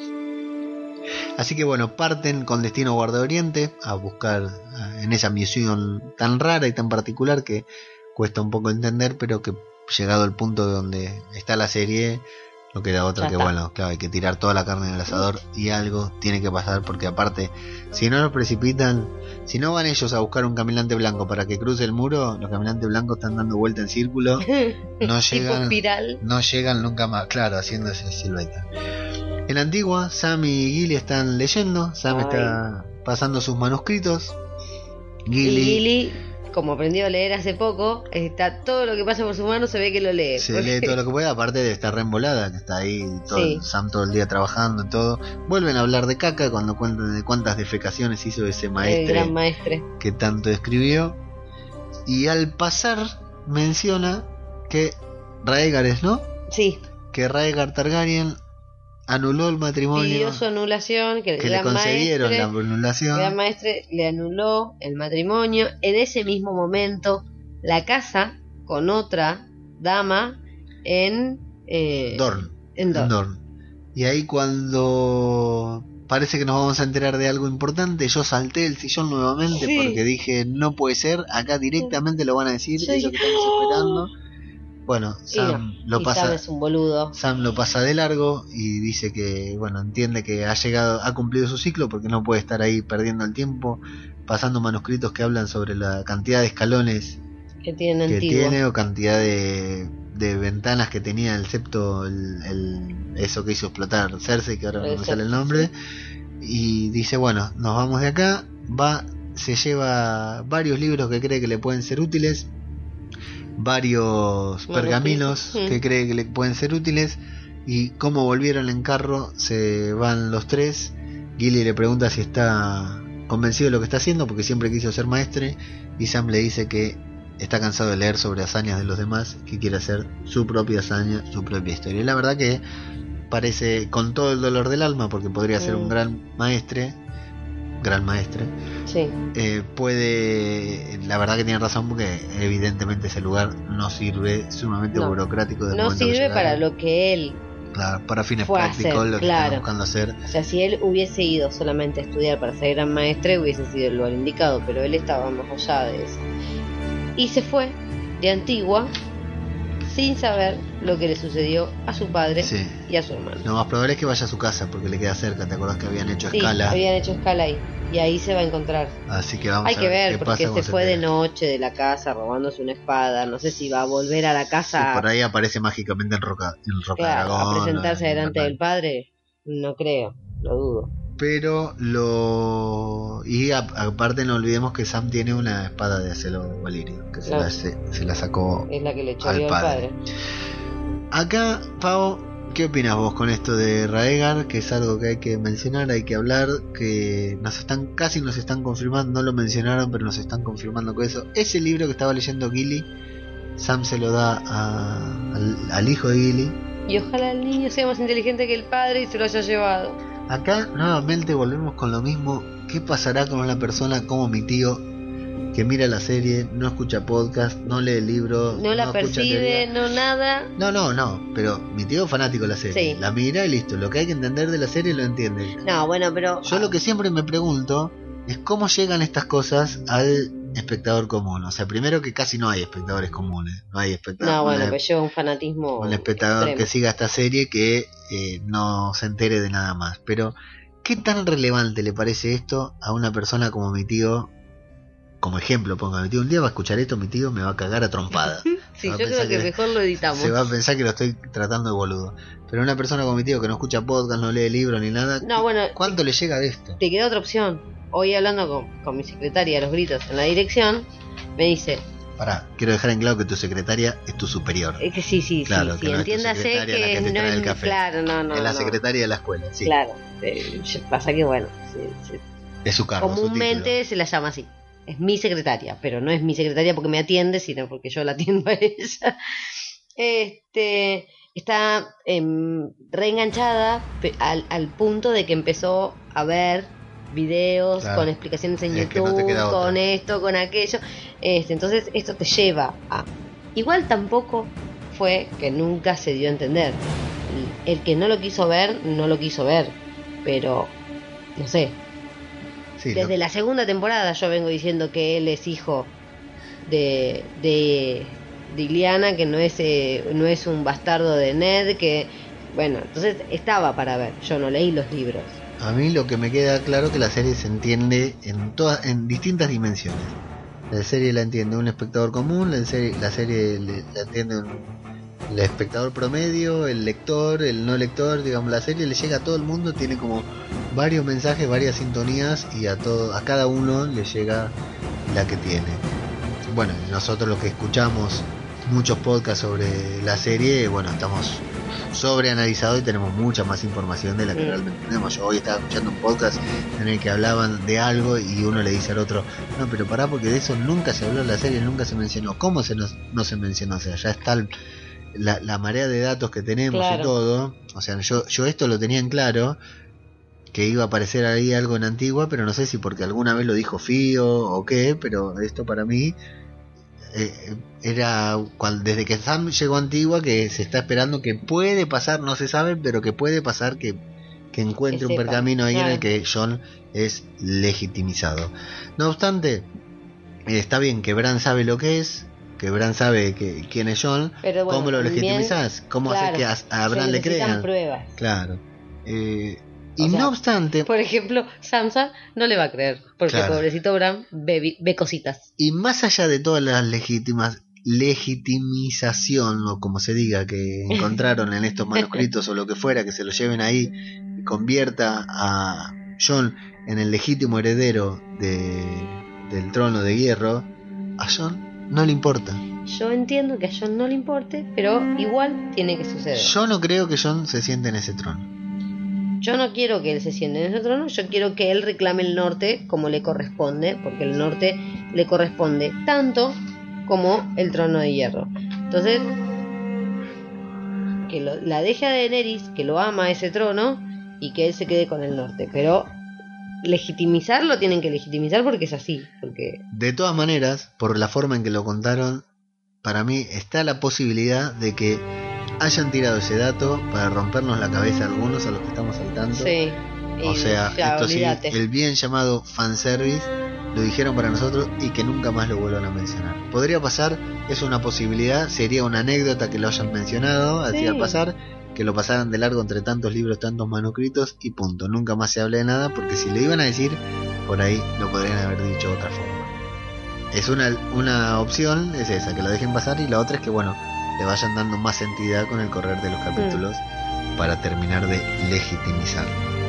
Así que bueno, parten con destino a Guarda Oriente a buscar eh, en esa misión tan rara y tan particular que cuesta un poco entender, pero que llegado el punto donde está la serie, no queda otra Ya que está. bueno, claro, hay que tirar toda la carne en el asador y algo tiene que pasar, porque aparte, si no los precipitan, si no van ellos a buscar un caminante blanco para que cruce el muro, los caminantes blancos están dando vuelta en círculo, no Tipo llegan, espiral. no llegan nunca más, claro, haciendo esa silueta. En la Antigua, Sam y Gilly están leyendo, Sam Ay. está pasando sus manuscritos, Y Gilly Gilly como aprendió a leer hace poco, está todo lo que pasa por su mano, se ve que lo lee. Se porque... lee todo lo que puede, aparte de estar reembolada, que está ahí todo, Sí. Sam todo el día trabajando y todo. Vuelven a hablar de caca cuando cuentan de cuántas defecaciones hizo ese El maestre gran maestre. que tanto escribió. Y al pasar menciona que Rhaegar es, ¿no? Sí, Que Rhaegar Targaryen anuló el matrimonio, pidió su anulación, que el que le gran concedieron maestre, la anulación. el gran maestre le anuló el matrimonio. En ese mismo momento la casa con otra dama en eh, Dorne. en Dorne. en Dorne. Y ahí cuando parece que nos vamos a enterar de algo importante, yo salté del sillón nuevamente Sí. porque dije, no puede ser, acá directamente lo van a decir, Sí. es lo que estamos esperando. Bueno, Y Sam no, lo y pasa Sam es un boludo. Sam lo pasa de largo y dice que, bueno, entiende que ha llegado, ha cumplido su ciclo porque no puede estar ahí perdiendo el tiempo, pasando manuscritos que hablan sobre la cantidad de escalones Que tiene que antiguo. tiene o cantidad de, de ventanas que tenía el septo, el, el- eso que hizo explotar Cersei, que ahora no El me sale el septo, nombre, y dice, bueno, nos vamos de acá, va, se lleva varios libros que cree que le pueden ser útiles, varios Manuscritos. pergaminos Mm. que cree que le pueden ser útiles, y como volvieron en carro, se van los tres. Gilly le pregunta si está convencido de lo que está haciendo, porque siempre quiso ser maestre, y Sam le dice que está cansado de leer sobre hazañas de los demás, que quiere hacer su propia hazaña, su propia historia. Y la verdad que parece, con todo el dolor del alma, porque podría ser Mm. un gran maestre, gran maestre, Sí. eh, puede, la verdad que tiene razón, porque evidentemente ese lugar no sirve, sumamente No. burocrático. Del No momento que sirve llegaron. para lo que él, Claro, para fines fue a prácticos, hacer, lo que claro. están buscando hacer. o sea, si él hubiese ido solamente a estudiar para ser gran maestre, hubiese sido el lugar indicado, pero él estaba más allá de eso. Y se fue de Antigua sin saber lo que le sucedió a su padre Sí. y a su hermano. Lo más probable es que vaya a su casa, porque le queda cerca. ¿Te acordás que habían hecho Sí, escala? habían hecho escala ahí. Y ahí se va a encontrar. Así que vamos Hay a que ver, qué porque pasa se cuando fue de entere. noche de la casa robándose una espada. No sé si va a volver a la Sí, casa por ahí aparece mágicamente en Roca, en Roca claro, Dragón, a presentarse o en delante Infernal. del padre. No creo, lo dudo. Pero lo... Y a- aparte no olvidemos que Sam tiene una espada de acero valirio, que se, Claro. la, se, se la sacó. Es la que le Al choreó al padre. padre. Acá, Pau, ¿qué opinas vos con esto de Rhaegar? Que es algo que hay que mencionar, hay que hablar, que nos están, casi nos están confirmando, no lo mencionaron, pero nos están confirmando con eso. Ese libro que estaba leyendo Gilly, Sam se lo da a- al, al hijo de Gilly. Y ojalá el niño sea más inteligente que el padre y se lo haya llevado. Acá nuevamente volvemos con lo mismo. ¿Qué pasará con una persona como mi tío, que mira la serie, no escucha podcast, no lee el libro, No la escucha percibe, teoría? no nada. No, no, no, pero mi tío es fanático de la serie. Sí. La mira y listo. Lo que hay que entender de la serie lo entiende. No, bueno, pero... Yo lo que siempre me pregunto es cómo llegan estas cosas al espectador común. O sea, primero que casi no hay espectadores comunes. No hay espectadores. No, bueno, un, pues lleva un fanatismo un espectador extremo. que siga esta serie que eh, no se entere de nada más. Pero, ¿qué tan relevante le parece esto a una persona como mi tío? Como ejemplo, ponga, mi tío un día va a escuchar esto, mi tío me va a cagar a trompada. Sí, Va a yo pensar creo que, mejor lo editamos. Se va a pensar que lo estoy tratando de boludo. Pero una persona como mi tío que no escucha podcast, no lee libros ni nada, No, bueno, ¿cuánto le llega de esto? te queda otra opción. Hoy hablando con, con mi secretaria a los gritos en la dirección, me dice, Pará, quiero dejar en claro que tu secretaria es tu superior. es que sí, sí, Claro, sí, que sí, no es tu entiéndase secretaria la que, que te no trae el es café. claro, no, no, es la no. secretaria de la escuela, sí. Claro, eh, pasa que bueno, sí, sí. Es su cargo, su comúnmente se la llama así. Es mi secretaria, pero no es mi secretaria porque me atiende, sino porque yo la atiendo a ella. Este, está em, reenganchada pe- al, al punto de que empezó a ver videos Claro. con explicaciones en Es que YouTube, no te queda otra. con esto, con aquello. Este, entonces esto te lleva a... Igual tampoco fue que nunca se dio a entender. El que no lo quiso ver, no lo quiso ver. Pero, no sé, Sí, desde lo- la segunda temporada yo vengo diciendo que él es hijo de de, de Ileana, que no es eh, no es un bastardo de Ned, que bueno, entonces estaba para ver. Yo no leí los libros. A mí lo que me queda claro que la serie se entiende en todas, en distintas dimensiones. La serie la entiende un espectador común, la serie, la serie le- la entiende un- el espectador promedio, el lector, el no lector, digamos, la serie le llega a todo el mundo, tiene como varios mensajes, varias sintonías y a todo, a cada uno le llega la que tiene. bueno, nosotros los que escuchamos muchos podcasts sobre la serie, bueno, estamos sobreanalizados y tenemos mucha más información de la que mm. realmente tenemos. Yo hoy estaba escuchando un podcast en el que hablaban de algo y uno le dice al otro, no, pero pará, porque de eso nunca se habló en la serie, nunca se mencionó. ¿Cómo se nos, no se mencionó? O sea, ya está el, la, la marea de datos que tenemos, claro, y todo. O sea, yo, yo esto lo tenía en claro, que iba a aparecer ahí algo en Antigua, pero no sé si porque alguna vez lo dijo Fío o qué, pero esto para mí eh, era cuando, desde que Sam llegó a Antigua, que se está esperando que puede pasar, no se sabe, pero que puede pasar que, que encuentre que un pergamino ahí, claro, en el que Jon es legitimizado. No obstante, eh, está bien que Bran sabe lo que es, que Bran sabe que, quién es Jon, bueno, ¿cómo lo legitimizás? ¿Cómo, claro, haces que a, a Bran le crean? Pruebas. Claro. Eh, y o sea, no obstante, por ejemplo, Sansa no le va a creer, porque claro, pobrecito Bran ve, ve cositas. Y más allá de todas las legítimas legitimización, o como se diga, que encontraron en estos manuscritos o lo que fuera, que se lo lleven ahí y convierta a Jon en el legítimo heredero de, del trono de hierro, a Jon no le importa. Yo entiendo que a Jon no le importe, pero igual tiene que suceder. Yo no creo que Jon se siente en ese trono. Yo no quiero que él se siente en ese trono, yo quiero que él reclame el norte como le corresponde, porque el norte le corresponde tanto como el trono de hierro. Entonces, que lo, la deje a Daenerys, que lo ama ese trono, y que él se quede con el norte. Pero legitimizarlo tienen que legitimizar porque es así. Porque... De todas maneras, por la forma en que lo contaron, para mí está la posibilidad de que hayan tirado ese dato para rompernos la cabeza a algunos, a los que estamos al tanto. Sí. O sea, ya, esto olvídate. Sí, el bien llamado fanservice lo dijeron para nosotros y que nunca más lo vuelvan a mencionar. Podría pasar, es una posibilidad, sería una anécdota que lo hayan mencionado, así sí, al pasar, que lo pasaran de largo entre tantos libros, tantos manuscritos y punto. Nunca más se hable de nada, porque si lo iban a decir, por ahí lo podrían haber dicho de otra forma. Es una, una opción, es esa, que lo dejen pasar, y la otra es que, bueno, le vayan dando más entidad con el correr de los capítulos mm. para terminar de legitimizar.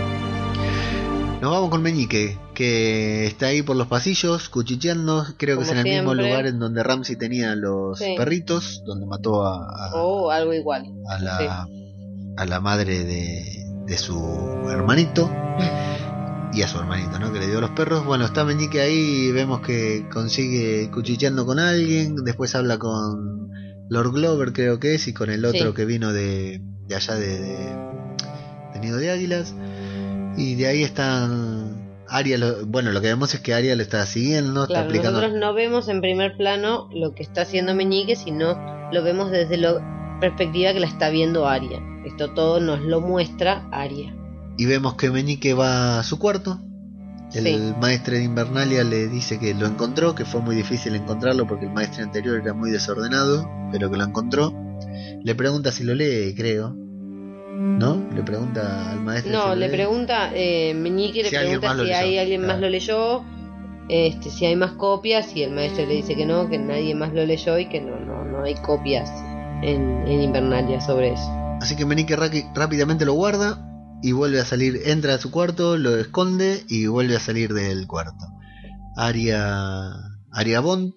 Nos vamos con Meñique, que está ahí por los pasillos cuchicheando, creo Como que es en el siempre. mismo lugar en donde Ramsay tenía los sí. perritos, donde mató a, a oh, algo igual a la, sí. a la madre de, de su hermanito y a su hermanito, ¿no? Que le dio los perros. Bueno, está Meñique ahí, vemos que consigue cuchicheando con alguien, después habla con Lord Glover, creo que es, y con el otro sí. que vino de, de allá de, de, de Nido de Águilas. Y de ahí están Arya, lo, bueno, lo que vemos es que Arya lo está siguiendo, claro, está aplicando... Nosotros no vemos en primer plano lo que está haciendo Meñique, sino lo vemos desde la perspectiva que la está viendo Arya. Esto todo nos lo muestra Arya. Y vemos que Meñique va a su cuarto. El sí. maestre de Invernalia le dice que lo encontró, que fue muy difícil encontrarlo porque el maestre anterior era muy desordenado, pero que lo encontró. Le pregunta si lo lee, creo. ¿No? Le pregunta al maestro. No, si le pregunta, eh, Meñique le si pregunta si hay alguien claro. más lo leyó, este, si hay más copias, y el maestro le dice que no, que nadie más lo leyó y que no, no, no hay copias en, en Invernalia sobre eso. Así que Meñique rápidamente lo guarda y vuelve a salir, entra a su cuarto, lo esconde y vuelve a salir del cuarto. Arya, Arya Bond.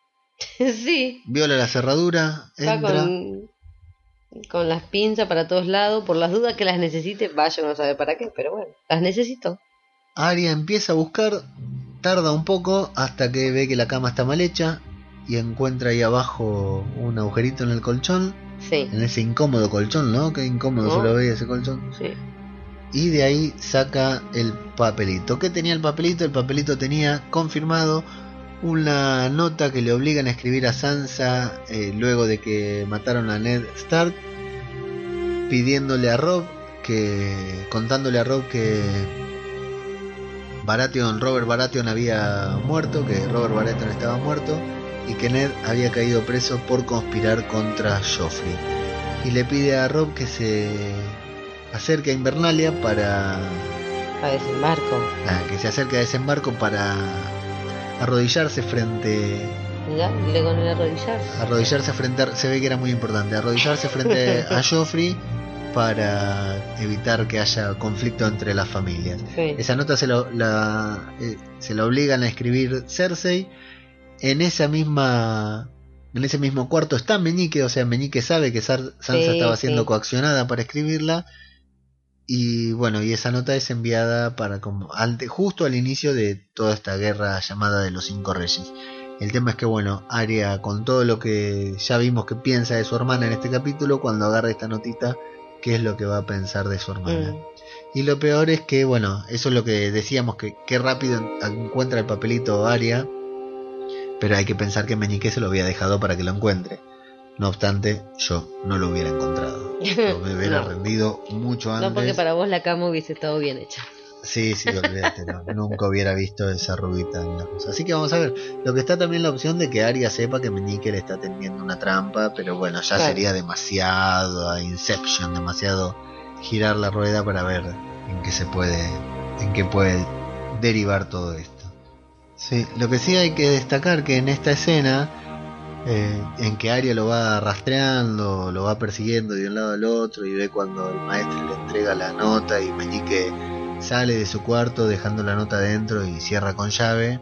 Sí. Viola la cerradura, entra. Con... con las pinzas para todos lados, por las dudas que las necesite, vaya no sabe para qué, pero bueno, las necesito. Arya empieza a buscar, tarda un poco hasta que ve que la cama está mal hecha y encuentra ahí abajo un agujerito en el colchón, sí. en ese incómodo colchón, ¿no? Qué incómodo ¿No? se lo veía ese colchón. Sí. Y de ahí saca el papelito. ¿Qué tenía el papelito? El papelito tenía confirmado una nota que le obligan a escribir a Sansa eh, luego de que mataron a Ned Stark, pidiéndole a Robb que, contándole a Robb que Baratheon, Robert Baratheon había muerto, que Robert Baratheon estaba muerto y que Ned había caído preso por conspirar contra Joffrey. Y le pide a Robb que se acerque a Invernalia para a desembarco, ah, que se acerque a desembarco para arrodillarse frente Mirá, dile con el arrodillarse. Arrodillarse frente a, se ve que era muy importante, arrodillarse frente a Joffrey para evitar que haya conflicto entre las familias. Sí. Esa nota se lo, la, eh, se la obligan a escribir Cersei en esa misma en ese mismo cuarto está Meñique, o sea, Meñique sabe que Sar, Sansa Sí, estaba siendo sí. coaccionada para escribirla. Y bueno, y esa nota es enviada para como ante, justo al inicio de toda esta guerra llamada de los Cinco Reyes. El tema es que bueno, Arya, con todo lo que ya vimos que piensa de su hermana en este capítulo, cuando agarra esta notita, ¿qué es lo que va a pensar de su hermana? Mm. Y lo peor es que, bueno, eso es lo que decíamos, que qué rápido encuentra el papelito Arya, pero hay que pensar que Meñique se lo había dejado para que lo encuentre. No obstante, yo no lo hubiera encontrado. Yo me hubiera No. rendido mucho antes. No, porque para vos la cama hubiese estado bien hecha. Sí, sí, olvídate, no, nunca hubiera visto esa rubita en la cosa. Así que vamos a ver. Lo que está también la opción de que Arya sepa que Meñique le está tendiendo una trampa, pero bueno, ya Claro. sería demasiado Inception, demasiado girar la rueda para ver en qué se puede, en qué puede derivar todo esto. Sí, lo que sí hay que destacar que en esta escena, eh, en que Arya lo va rastreando, lo va persiguiendo de un lado al otro y ve cuando el maestro le entrega la nota y Meñique sale de su cuarto dejando la nota dentro y cierra con llave,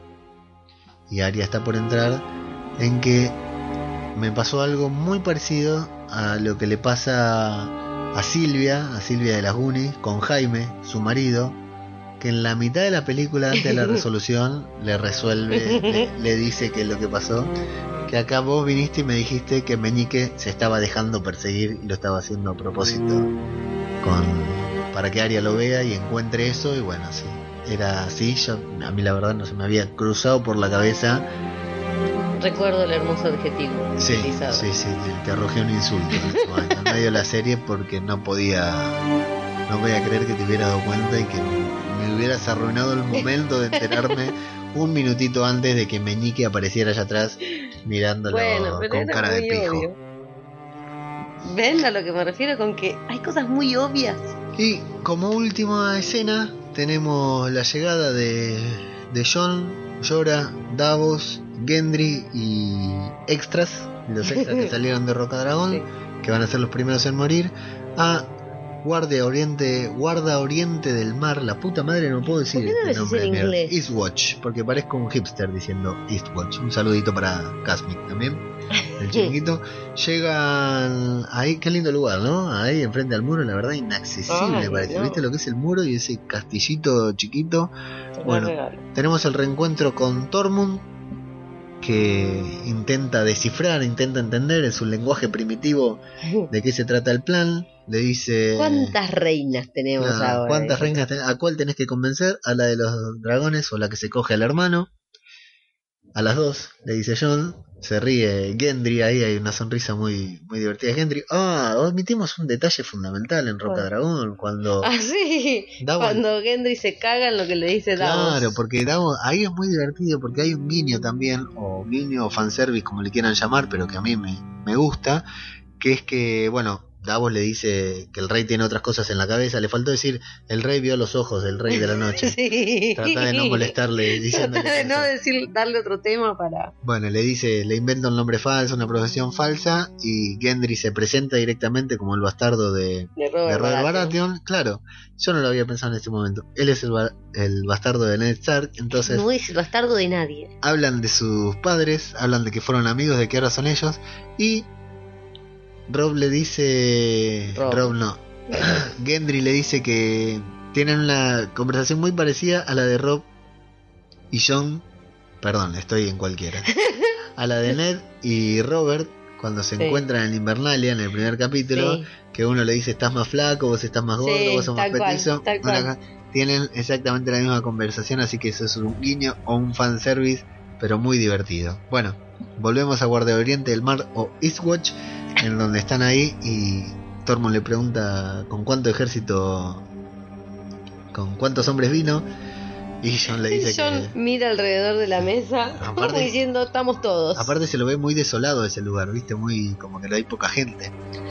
y Arya está por entrar, en que me pasó algo muy parecido a lo que le pasa a Silvia, a Silvia de las Goonies, con Jaime, su marido, que en la mitad de la película, antes de la resolución, le resuelve, le, le dice qué es lo que pasó. Que acá vos viniste y me dijiste que Meñique se estaba dejando perseguir y lo estaba haciendo a propósito, con para que Arya lo vea y encuentre eso. Y bueno, sí, era así. Yo, a mí la verdad no se me había cruzado por la cabeza. Recuerdo el hermoso adjetivo Sí, utilizado. sí, sí, te, te arrojé un insulto en, este momento, en medio de la serie, porque no podía, no podía creer que te hubieras dado cuenta y que me hubieras arruinado el momento de enterarme un minutito antes de que Meñique apareciera allá atrás mirándolo Bueno, pero con era cara de muy pijo. obvio. ¿Ven a lo que me refiero con que hay cosas muy obvias? Y como última escena tenemos la llegada de, de Jon, Jorah, Davos, Gendry y extras, los extras que salieron de Roca Dragón, Sí. que van a ser los primeros en morir, a Guardia Oriente, Guarda Oriente del Mar, la puta madre no puedo decir ¿Por qué no este decís nombre en de mierda. inglés? Eastwatch, porque parezco un hipster diciendo Eastwatch. Un saludito para Casmic también, el chiquito. Llegan ahí, qué lindo lugar, ¿no? Ahí enfrente al muro, la verdad inaccesible Ay, parece. no. ¿Viste lo que es el muro y ese castillito chiquito? Te lo Bueno, regalo. tenemos el reencuentro con Tormund, que intenta descifrar, intenta entender en su lenguaje primitivo de qué se trata el plan. Le dice: ¿Cuántas reinas tenemos "Ah, ahora? ¿cuántas Dice. reinas ten- ¿A cuál tenés que convencer? ¿A la de los dragones o la que se coge al hermano? A las dos", le dice Jon. Se ríe Gendry, ahí hay una sonrisa muy, muy divertida de Gendry. Ah, omitimos un detalle fundamental en Roca ¿Cuál? Dragón, cuando... Ah, sí. Davos- Cuando Gendry se caga en lo que le dice Davos. Claro, porque Davos, ahí es muy divertido porque hay un guiño también, o guiño o fanservice como le quieran llamar, pero que a mí me, me gusta, que es que, bueno, Davos le dice que el rey tiene otras cosas en la cabeza, le faltó decir, el rey vio los ojos del rey de la noche. Sí. Trata de no molestarle diciéndole Trata de que no eso. decir, darle otro tema para... Bueno, le dice, le inventa un nombre falso, una profesión falsa, y Gendry se presenta directamente como el bastardo de, De de Robert, Robert Baratheon. Baratheon. Claro, yo no lo había pensado en este momento. Él es el, ba- el bastardo de Ned Stark, entonces No es el bastardo de nadie. hablan de sus padres, hablan de que fueron amigos, de que ahora son ellos, y Rob le dice... Rob. Rob no. Gendry le dice que tienen una conversación muy parecida a la de Rob y Jon, perdón, estoy en cualquiera, a la de Ned y Robert cuando se Sí. encuentran en Invernalia en el primer capítulo, Sí. que uno le dice estás más flaco, vos estás más gordo, Sí, vos sos más tal cual, petizo. tal Bueno, cual. acá tienen exactamente la misma conversación, así que eso es un guiño o un fanservice, pero muy divertido. Bueno, volvemos a Guardia Oriente del Mar o Eastwatch, en donde están ahí y Tormund le pregunta con cuánto ejército, con cuántos hombres vino, y Jon le dice Jon que mira alrededor de la mesa Aparte- como diciendo estamos todos. aparte se lo ve muy desolado ese lugar, viste, muy como que no hay poca gente.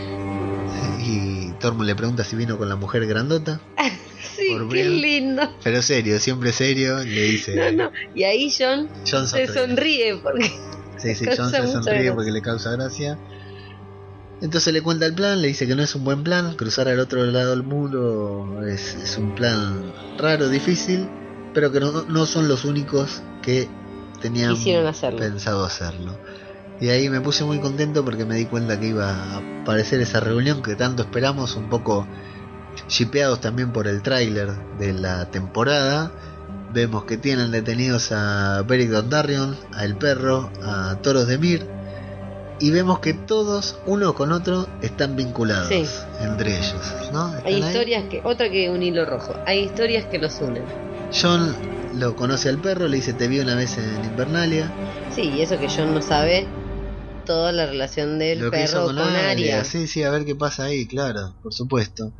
Y Tormund le pregunta si vino con la mujer grandota, sí, por qué Brian. lindo. pero serio, siempre serio, le dice. No, no. Y ahí Jon Jon se sonríe. sonríe porque Sí, sí, causa Jon se mucha sonríe gracia. porque le causa gracia. Entonces le cuenta el plan, le dice que no es un buen plan, cruzar al otro lado del muro es, es un plan raro, difícil, pero que no, no son los únicos que tenían quisieron hacerlo. pensado hacerlo. Y ahí me puse muy contento porque me di cuenta que iba a aparecer esa reunión que tanto esperamos, un poco shipeados también por el tráiler de la temporada. Vemos que tienen detenidos a Beric Dondarrion, a El Perro, a Thoros de Myr, y vemos que todos, uno con otro, están vinculados, sí, entre ellos, ¿no? Hay historias ahí? que, otra que un hilo rojo, hay historias que los unen. Jon lo conoce al perro, le dice te vi una vez en Invernalia. Sí, y eso que Jon no sabe toda la relación del lo perro con, con Arya. Sí, sí, a ver qué pasa ahí, claro, por supuesto.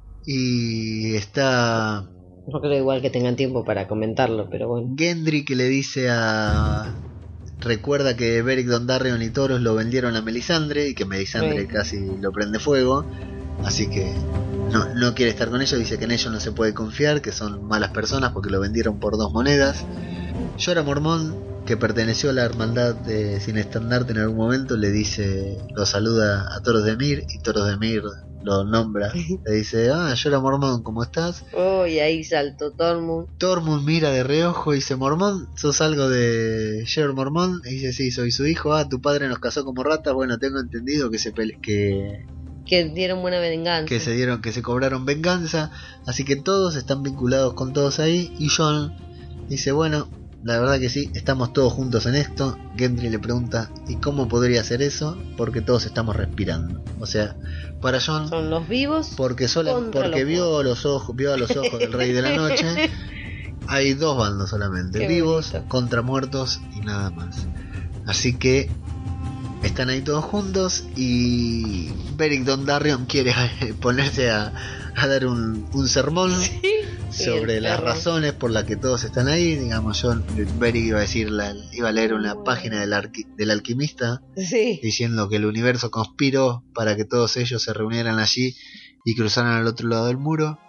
Y está... No creo igual que tengan tiempo para comentarlo, pero bueno. Gendry que le dice a... Recuerda que Beric Dondarrion y Thoros lo vendieron a Melisandre y que Melisandre sí. casi lo prende fuego. Así que no, no quiere estar con ellos, dice que en ellos no se puede confiar, que son malas personas porque lo vendieron por dos monedas. Jorah Mormont, que perteneció a la hermandad de Sin Estandarte en algún momento, le dice, lo saluda a Thoros de Myr y Thoros de Myr lo nombra, le dice, ah, Jorah Mormont, ¿cómo estás? Oh, y ahí saltó Tormund. Tormund mira de reojo y dice, Mormont, ¿sos algo de Jorah Mormont? Y dice, sí, soy su hijo. Ah, tu padre nos casó como ratas. Bueno, tengo entendido que se pele que que dieron buena venganza, que se dieron, que se cobraron venganza, así que todos están vinculados con todos ahí. Y Jon dice, bueno, la verdad que sí, estamos todos juntos en esto. Gendry le pregunta, ¿y cómo podría ser eso? Porque todos estamos respirando. O sea, para Jon son los vivos, porque sola, porque los vio los ojos, vio a los ojos del Rey de la Noche. Hay dos bandos solamente, Qué vivos bonito. Contra muertos y nada más. Así que están ahí todos juntos y Beric Dondarrion quiere ponerse a, a dar un, un sermón sí, sobre las perro. razones por las que todos están ahí. Digamos, yo, Beric iba a decir, la, iba a leer una página del, arqui, del alquimista sí. diciendo que el universo conspiró para que todos ellos se reunieran allí y cruzaran al otro lado del muro.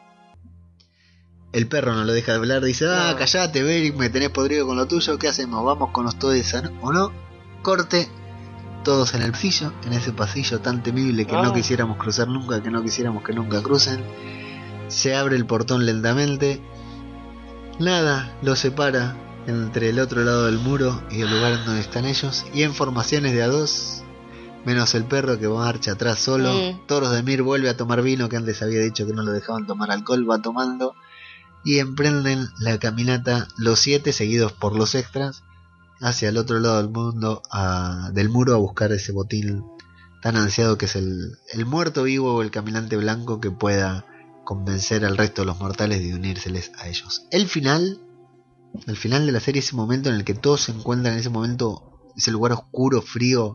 El perro no lo deja de hablar, dice, ah, no. Callate Beric, me tenés podrido con lo tuyo, ¿qué hacemos? ¿Vamos con los todos o no? Corte. Todos en el pasillo, en ese pasillo tan temible que oh. no quisiéramos cruzar nunca, que no quisiéramos que nunca crucen. Se abre el portón lentamente. Nada los separa entre el otro lado del muro y el lugar donde están ellos. Y en formaciones de a dos, menos el perro que marcha atrás solo. Mm. Thoros de Myr vuelve a tomar vino, que antes había dicho que no lo dejaban tomar alcohol, va tomando. Y emprenden la caminata los siete, seguidos por los extras, hacia el otro lado del mundo, a, del muro, a buscar ese botín tan ansiado que es el, el muerto vivo o el caminante blanco que pueda convencer al resto de los mortales de unírseles a ellos. El final, el final de la serie, ese momento en el que todos se encuentran, en ese momento, ese lugar oscuro, frío,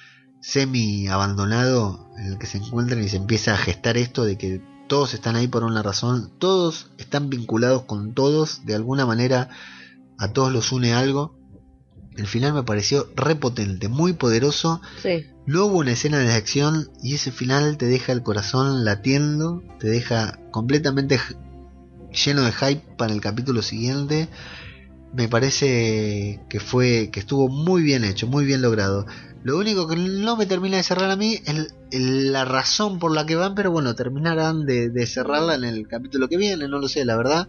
semi abandonado, en el que se encuentran y se empieza a gestar esto de que todos están ahí por una razón, todos están vinculados con todos, de alguna manera a todos los une algo. El final me pareció repotente, muy poderoso. Sí. No hubo una escena de acción y ese final te deja el corazón latiendo, te deja completamente lleno de hype para el capítulo siguiente. Me parece que fue que estuvo muy bien hecho, muy bien logrado. Lo único que no me termina de cerrar a mí es el, la razón por la que van, pero bueno, terminarán de, de cerrarla en el capítulo que viene, no lo sé, la verdad.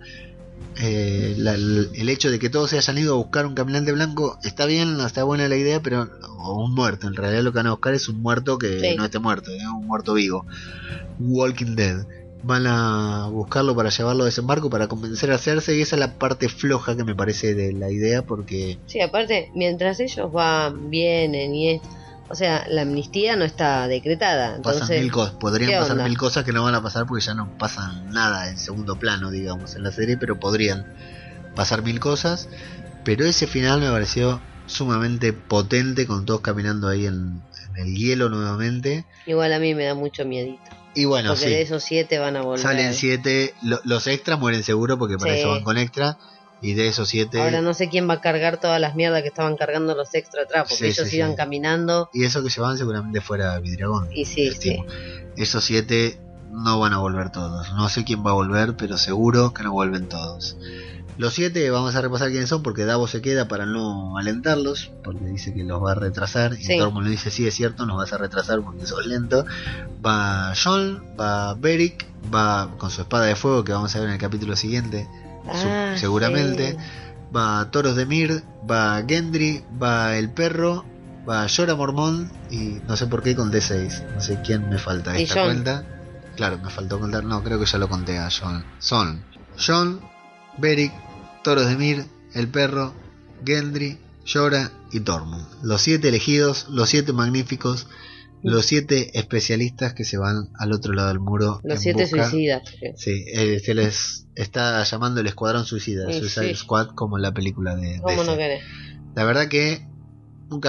Eh, la, el, el hecho de que todos se hayan ido a buscar un caminante blanco está bien, está buena la idea, pero o un muerto, en realidad lo que van a buscar es un muerto que sí. no esté muerto, es un muerto vivo, Walking Dead. Van a buscarlo para llevarlo a desembarco, para convencer a Cersei, y esa es la parte floja que me parece de la idea, porque sí, aparte, mientras ellos van, vienen y es, o sea, la amnistía no está decretada, entonces, pasan mil cosas, podrían pasar mil cosas que no van a pasar porque ya no pasan nada en segundo plano, digamos, en la serie, pero podrían pasar mil cosas. Pero ese final me pareció sumamente potente, con todos caminando ahí en, en el hielo nuevamente. Igual a mí me da mucho miedito. Y bueno, porque sí, de esos siete van a volver. Salen siete, lo, los extras mueren seguro porque para sí. eso van con extra. Y de esos siete... Ahora no sé quién va a cargar todas las mierdas que estaban cargando los extra atrás, porque sí, ellos sí, iban sí. caminando. Y eso que llevaban seguramente fuera Vidriagón. Y sí, sí. Esos siete no van a volver todos. No sé quién va a volver, pero seguro que no vuelven todos. Los siete, vamos a repasar quiénes son, porque Davos se queda para no alentarlos, porque dice que los va a retrasar. Y sí. Tormund le dice, sí, es cierto, nos vas a retrasar porque sos lento. Va Jon, va Beric, va con su espada de fuego, que vamos a ver en el capítulo siguiente. Ah, seguramente. Sí. va Toros de Mir, va Gendry, va el perro, va Jorah Mormont y no sé por qué conté seis. No sé quién me falta ¿Y esta Jon? cuenta. Claro, me faltó contar. No, creo que ya lo conté a Jon. Son Jon, Beric, Toros de Mir, el perro, Gendry, Jorah y Tormund. Los siete elegidos, los siete magníficos, los siete especialistas que se van al otro lado del muro. Los en siete busca- suicidas. porque- Sí, eh, se les está llamando el Escuadrón Suicida, Sí, Suicide sí. Squad, como en la película de ¿Cómo D C. no querés? La verdad que un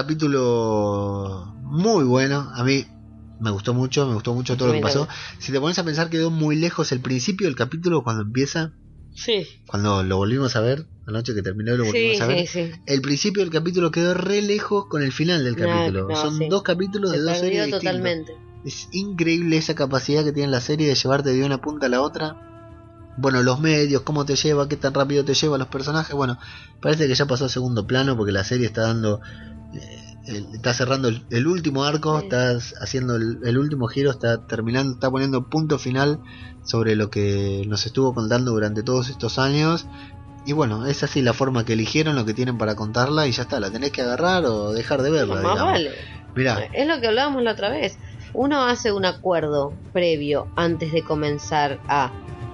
capítulo muy bueno. A mí me gustó mucho, me gustó mucho todo A lo mí que pasó. también. Si te pones a pensar, quedó muy lejos el principio del capítulo cuando empieza, Sí, cuando lo volvimos a ver, la noche que terminó lo volvimos sí, a ver. sí, sí. El principio del capítulo quedó re lejos con el final del No, capítulo. no, Son sí. dos capítulos Se de dos perdió series distintas. totalmente. Es increíble esa capacidad que tiene la serie de llevarte de una punta a la otra. Bueno, los medios, cómo te lleva, qué tan rápido te lleva los personajes. Bueno, parece que ya pasó a segundo plano porque la serie está dando... eh, el- está cerrando el, el último arco, Sí. está haciendo el, el último giro, está terminando, está poniendo punto final sobre lo que nos estuvo contando durante todos estos años. Y bueno, es así la forma que eligieron, lo que tienen para contarla y ya está, la tenés que agarrar o dejar de verla. Más digamos. vale. Mirá, Es lo que hablábamos la otra vez. Uno hace un acuerdo previo antes de comenzar a...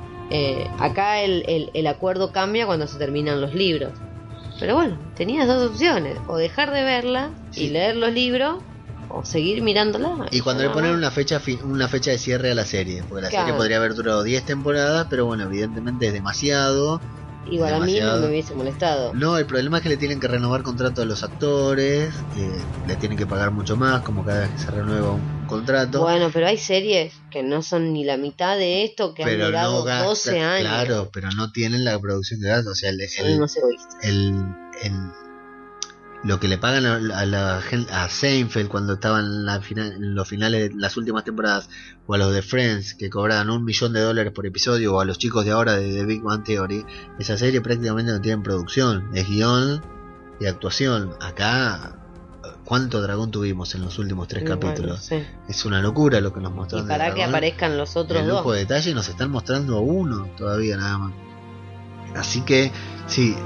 eh, acá el, el, el acuerdo cambia cuando se terminan los libros. Pero bueno, tenías dos opciones. O dejar de verla Sí. y leer los libros, o seguir mirándola. y cuando ya le nada ponen más. una fecha fi- una fecha de cierre a la serie, porque la Claro. serie podría haber durado diez temporadas, pero bueno, evidentemente es demasiado. Igual a mí no demasiado. me hubiese molestado. No, el problema es que le tienen que renovar contrato a los actores, eh, le tienen que pagar mucho más, como cada vez que se renueva un contrato. Bueno, pero hay series que no son ni la mitad de esto, que han pero durado no gasta, doce años. claro, pero no tienen la producción de gastos, o sea, el, Son el, unos egoístas. el- el- lo que le pagan a, a la gente, a Seinfeld cuando estaban en, la final, en los finales de las últimas temporadas, o a los de Friends que cobraban un millón de dólares por episodio, o a los chicos de ahora de The Big Bang Theory, esa serie prácticamente no tiene producción, es guión y actuación. Acá, ¿cuánto dragón tuvimos en los últimos tres Bueno, capítulos? sí. Es una locura lo que nos Y mostraron. de para que dragón. aparezcan los otros El dos. lujo de detalle nos están mostrando a uno todavía nada más. Así que sí,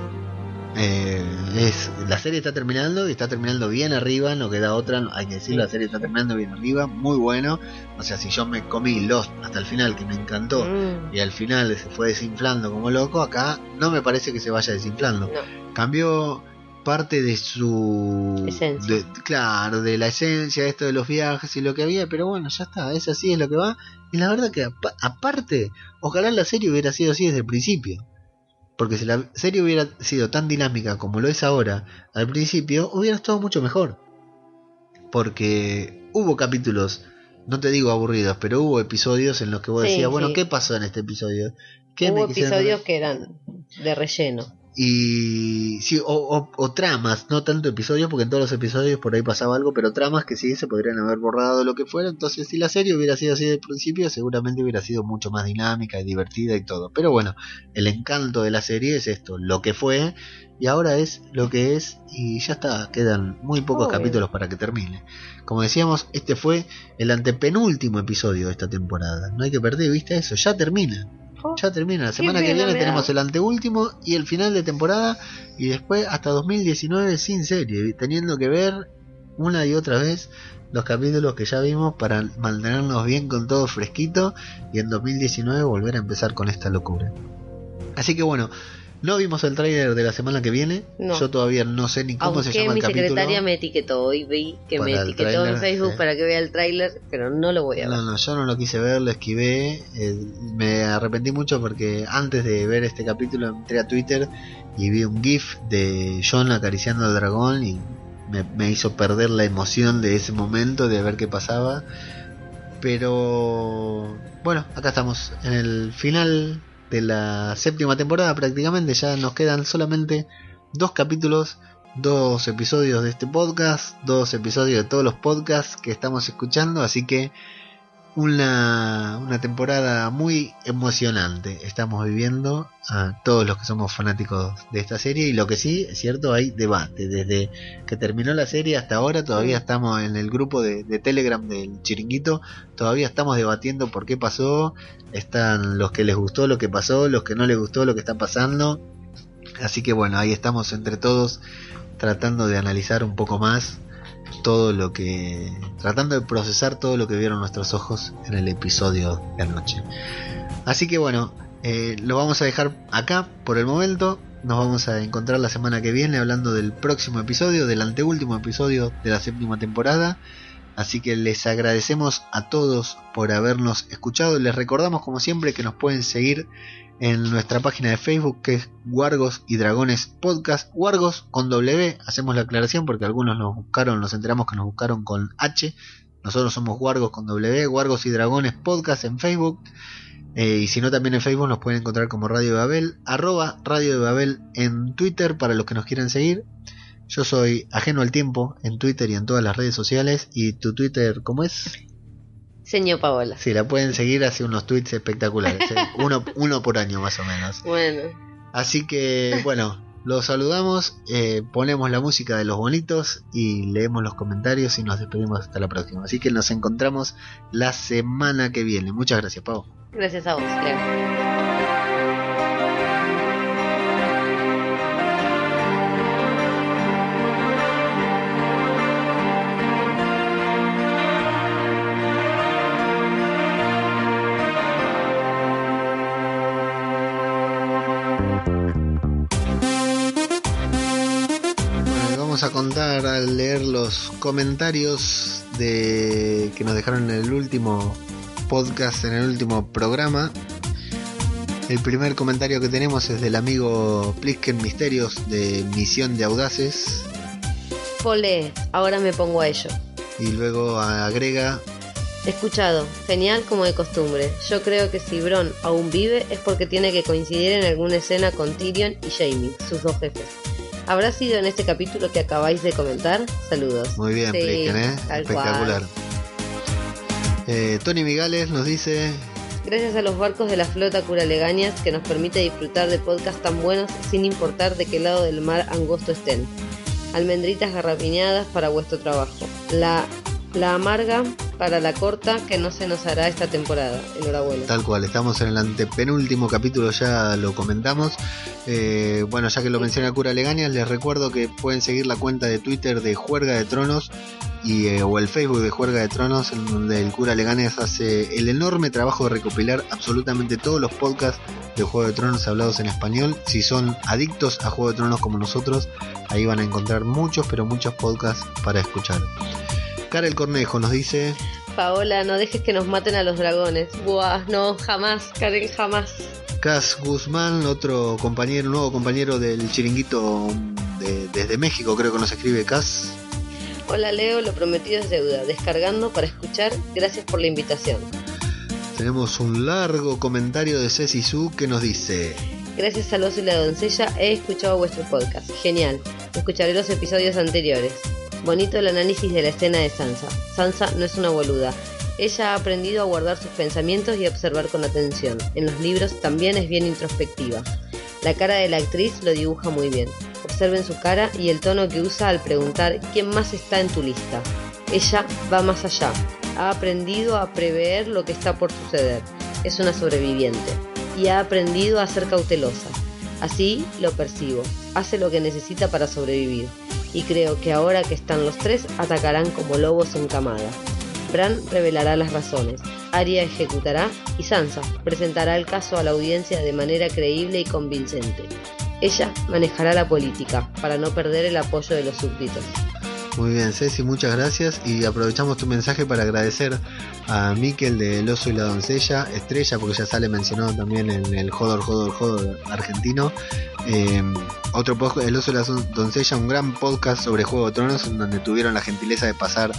eh, es la serie está terminando y está terminando bien arriba, no queda otra, no- hay que decir, Sí. la serie está terminando bien arriba, muy bueno. O sea, si yo me comí Lost hasta el final, que me encantó, Mm, y al final se fue desinflando como loco, acá no me parece que se vaya desinflando. no. Cambió parte de su Esencia. de- claro, de la esencia, esto de los viajes y lo que había, pero bueno, ya está, es así, es lo que va. Y la verdad que apa- aparte, ojalá la serie hubiera sido así desde el principio, porque si la serie hubiera sido tan dinámica como lo es ahora al principio, hubiera estado mucho mejor, porque hubo capítulos, no te digo aburridos, pero hubo episodios en los que vos Sí, decías, bueno, sí. ¿qué pasó en este episodio? ¿Qué Hubo me quisieron episodios contar? que eran de relleno. Y sí, o, o- o tramas, no tanto episodios, porque en todos los episodios por ahí pasaba algo, pero tramas que sí se podrían haber borrado, lo que fuera. Entonces, si la serie hubiera sido así desde el principio, seguramente hubiera sido mucho más dinámica y divertida y todo. Pero bueno, el encanto de la serie es esto, lo que fue, y ahora es lo que es, y ya está, quedan muy pocos Obvio. capítulos para que termine. Como decíamos, este fue el antepenúltimo episodio de esta temporada. No hay que perder de vista eso, ya termina. Oh, Ya termina, la Qué semana que pena viene me tenemos da. el anteúltimo y el final de temporada, y después hasta dos mil diecinueve sin serie, teniendo que ver una y otra vez los capítulos que ya vimos para mantenernos bien con todo fresquito, y en dos mil diecinueve volver a empezar con esta locura. Así que bueno, no vimos el tráiler de la semana que viene, No. yo todavía no sé ni cómo se Aunque llama mi el capítulo. secretaria me etiquetó, hoy vi que me Para el etiquetó tráiler, en Facebook sí. para que vea el tráiler, pero no lo voy a ver. No, no, yo no lo quise ver, lo esquivé. eh, me arrepentí mucho porque antes de ver este capítulo entré a Twitter y vi un GIF de Jon acariciando al dragón y me, me hizo perder la emoción de ese momento de ver qué pasaba. Pero bueno, acá estamos en el final de la séptima temporada prácticamente. Ya nos quedan solamente dos capítulos, dos episodios de este podcast, dos episodios de todos los podcasts que estamos escuchando, así que una, una temporada muy emocionante estamos viviendo a todos los que somos fanáticos de esta serie. Y lo que sí es cierto, hay debate desde que terminó la serie hasta ahora. Todavía estamos en el grupo de, de Telegram del Chiringuito, todavía estamos debatiendo por qué pasó. Están los que les gustó lo que pasó, los que no les gustó lo que está pasando. Así que bueno, ahí estamos entre todos tratando de analizar un poco más todo lo que, tratando de procesar todo lo que vieron nuestros ojos en el episodio de anoche. Así que bueno, eh, lo vamos a dejar acá por el momento. Nos vamos a encontrar la semana que viene hablando del próximo episodio, del anteúltimo episodio de la séptima temporada. Así que les agradecemos a todos por habernos escuchado. Les recordamos como siempre que nos pueden seguir en nuestra página de Facebook, que es Wargos y Dragones Podcast. Wargos con W, hacemos la aclaración porque algunos nos buscaron, nos enteramos que nos buscaron con H. Nosotros somos Wargos con W, Wargos y Dragones Podcast en Facebook. Eh, y si no, también en Facebook nos pueden encontrar como Radio de Babel, arroba Radio de Babel en Twitter para los que nos quieran seguir. Yo soy Ajeno al Tiempo en Twitter y en todas las redes sociales. ¿Y tu Twitter cómo es? Señor Paola. Sí, la pueden seguir, hace unos tweets espectaculares, ¿eh? uno, uno por año más o menos. Bueno. Así que bueno, los saludamos, eh, ponemos la música de los bonitos y leemos los comentarios y nos despedimos hasta la próxima. Así que nos encontramos la semana que viene. Muchas gracias, Pau. Gracias a vos, Leo. A contar al leer los comentarios de que nos dejaron en el último podcast, en el último programa. El primer comentario que tenemos es del amigo Plisken Misterios de Misión de Audaces. Pole, ahora me pongo a ello. Y luego agrega: escuchado, genial como de costumbre. Yo creo que si Bronn aún vive es porque tiene que coincidir en alguna escena con Tyrion y Jaime, sus dos jefes. ¿Habrá sido en este capítulo que acabáis de comentar? Saludos. Muy bien, sí, Plisken, ¿eh? Espectacular. Eh, Tony Migales nos dice: gracias a los barcos de la flota Curalegañas que nos permite disfrutar de podcasts tan buenos sin importar de qué lado del mar angosto estén. Almendritas garrapiñadas para vuestro trabajo. La, la amarga para la corta que no se nos hará esta temporada. Enhorabuena. Tal cual, estamos en el antepenúltimo capítulo, ya lo comentamos. Eh, bueno, ya que lo menciona Cura Legañas, les recuerdo que pueden seguir la cuenta de Twitter de Juerga de Tronos y, eh, o el Facebook de Juerga de Tronos, en donde el Cura Legañas hace el enorme trabajo de recopilar absolutamente todos los podcasts de Juego de Tronos hablados en español. Si son adictos a Juego de Tronos como nosotros, ahí van a encontrar muchos, pero muchos podcasts para escuchar. Karel Cornejo nos dice: Paola, no dejes que nos maten a los dragones. Buah, no, jamás, Karen, jamás. Cas Guzmán, otro compañero, nuevo compañero del chiringuito de, desde México, creo que nos escribe Cas. Hola Leo, lo prometido es deuda, descargando para escuchar, gracias por la invitación. Tenemos un largo comentario de Ceci Su que nos dice: gracias al oso y la doncella he escuchado vuestro podcast, genial, escucharé los episodios anteriores. Bonito el análisis de la escena de Sansa. Sansa no es una boluda. Ella ha aprendido a guardar sus pensamientos y a observar con atención. En los libros también es bien introspectiva. La cara de la actriz lo dibuja muy bien. Observen su cara y el tono que usa al preguntar quién más está en tu lista. Ella va más allá. Ha aprendido a prever lo que está por suceder. Es una sobreviviente. Y ha aprendido a ser cautelosa. Así lo percibo. Hace lo que necesita para sobrevivir. Y creo que ahora que están los tres, atacarán como lobos en camada. Bran revelará las razones, Arya ejecutará y Sansa presentará el caso a la audiencia de manera creíble y convincente. Ella manejará la política para no perder el apoyo de los súbditos. Muy bien, Ceci, muchas gracias, y aprovechamos tu mensaje para agradecer a Miquel de El Oso y la Doncella, estrella, porque ya sale mencionado también en el Jodor Jodor Jodor argentino. Eh, otro podcast, El Oso y la Doncella, un gran podcast sobre Juego de Tronos, en donde tuvieron la gentileza de pasar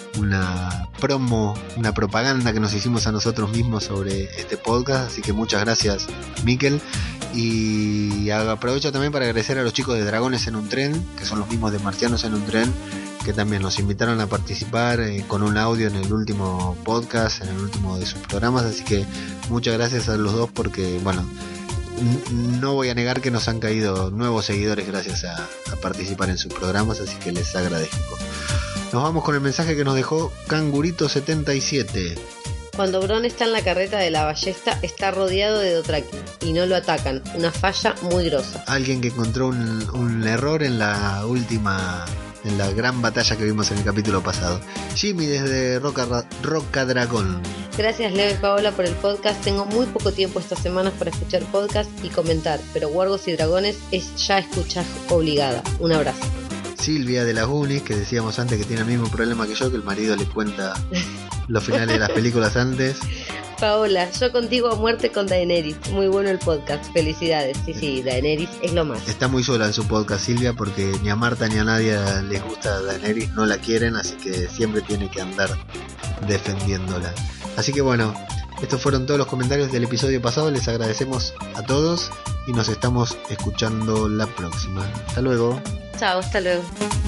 una promo, una propaganda que nos hicimos a nosotros mismos sobre este podcast, así que muchas gracias, Miquel. Y aprovecho también para agradecer a los chicos de Dragones en un Tren, que son los mismos de Marcianos en un Tren, que también nos invitaron a participar eh, con un audio en el último podcast, en el último de sus programas, así que muchas gracias a los dos, porque bueno, n- no voy a negar que nos han caído nuevos seguidores gracias a, a participar en sus programas, así que les agradezco. Nos vamos con el mensaje que nos dejó Cangurito setenta y siete. Cuando Bron está en la carreta de la ballesta, está rodeado de Dothraki y no lo atacan. Una falla muy grosa. Alguien que encontró un, un error en la última, en la gran batalla que vimos en el capítulo pasado. Jimmy desde Roca, Roca Dragón. Gracias Leo y Paola por el podcast. Tengo muy poco tiempo estas semanas para escuchar podcast y comentar, pero Wargos y Dragones es ya escuchar obligada. Un abrazo. Silvia de las Unis, que decíamos antes que tiene el mismo problema que yo, que el marido le cuenta los finales de las películas antes. Paola, yo contigo a muerte con Daenerys. Muy bueno el podcast, felicidades. Sí, sí, Daenerys es lo más. Está muy sola en su podcast Silvia, porque ni a Marta ni a nadie les gusta Daenerys, no la quieren, así que siempre tiene que andar defendiéndola. Así que bueno, estos fueron todos los comentarios del episodio pasado. Les agradecemos a todos y nos estamos escuchando la próxima. Hasta luego. Chao, hasta luego.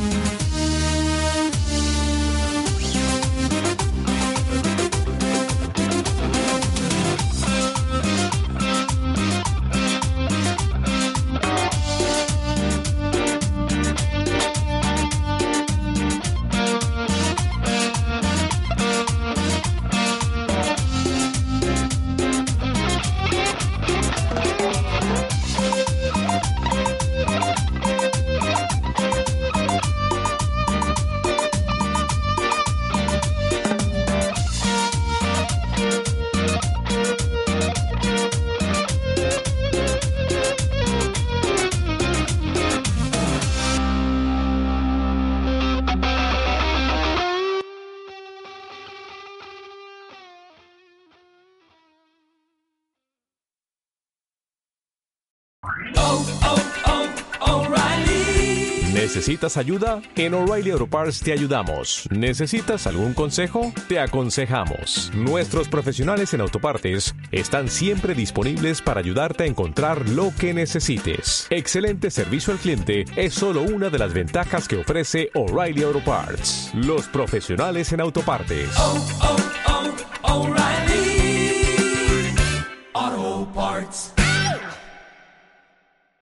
¿Necesitas ayuda? En O'Reilly Auto Parts te ayudamos. ¿Necesitas algún consejo? Te aconsejamos. Nuestros profesionales en autopartes están siempre disponibles para ayudarte a encontrar lo que necesites. Excelente servicio al cliente es solo una de las ventajas que ofrece O'Reilly Auto Parts. Los profesionales en autopartes. Oh, oh, oh, O'Reilly.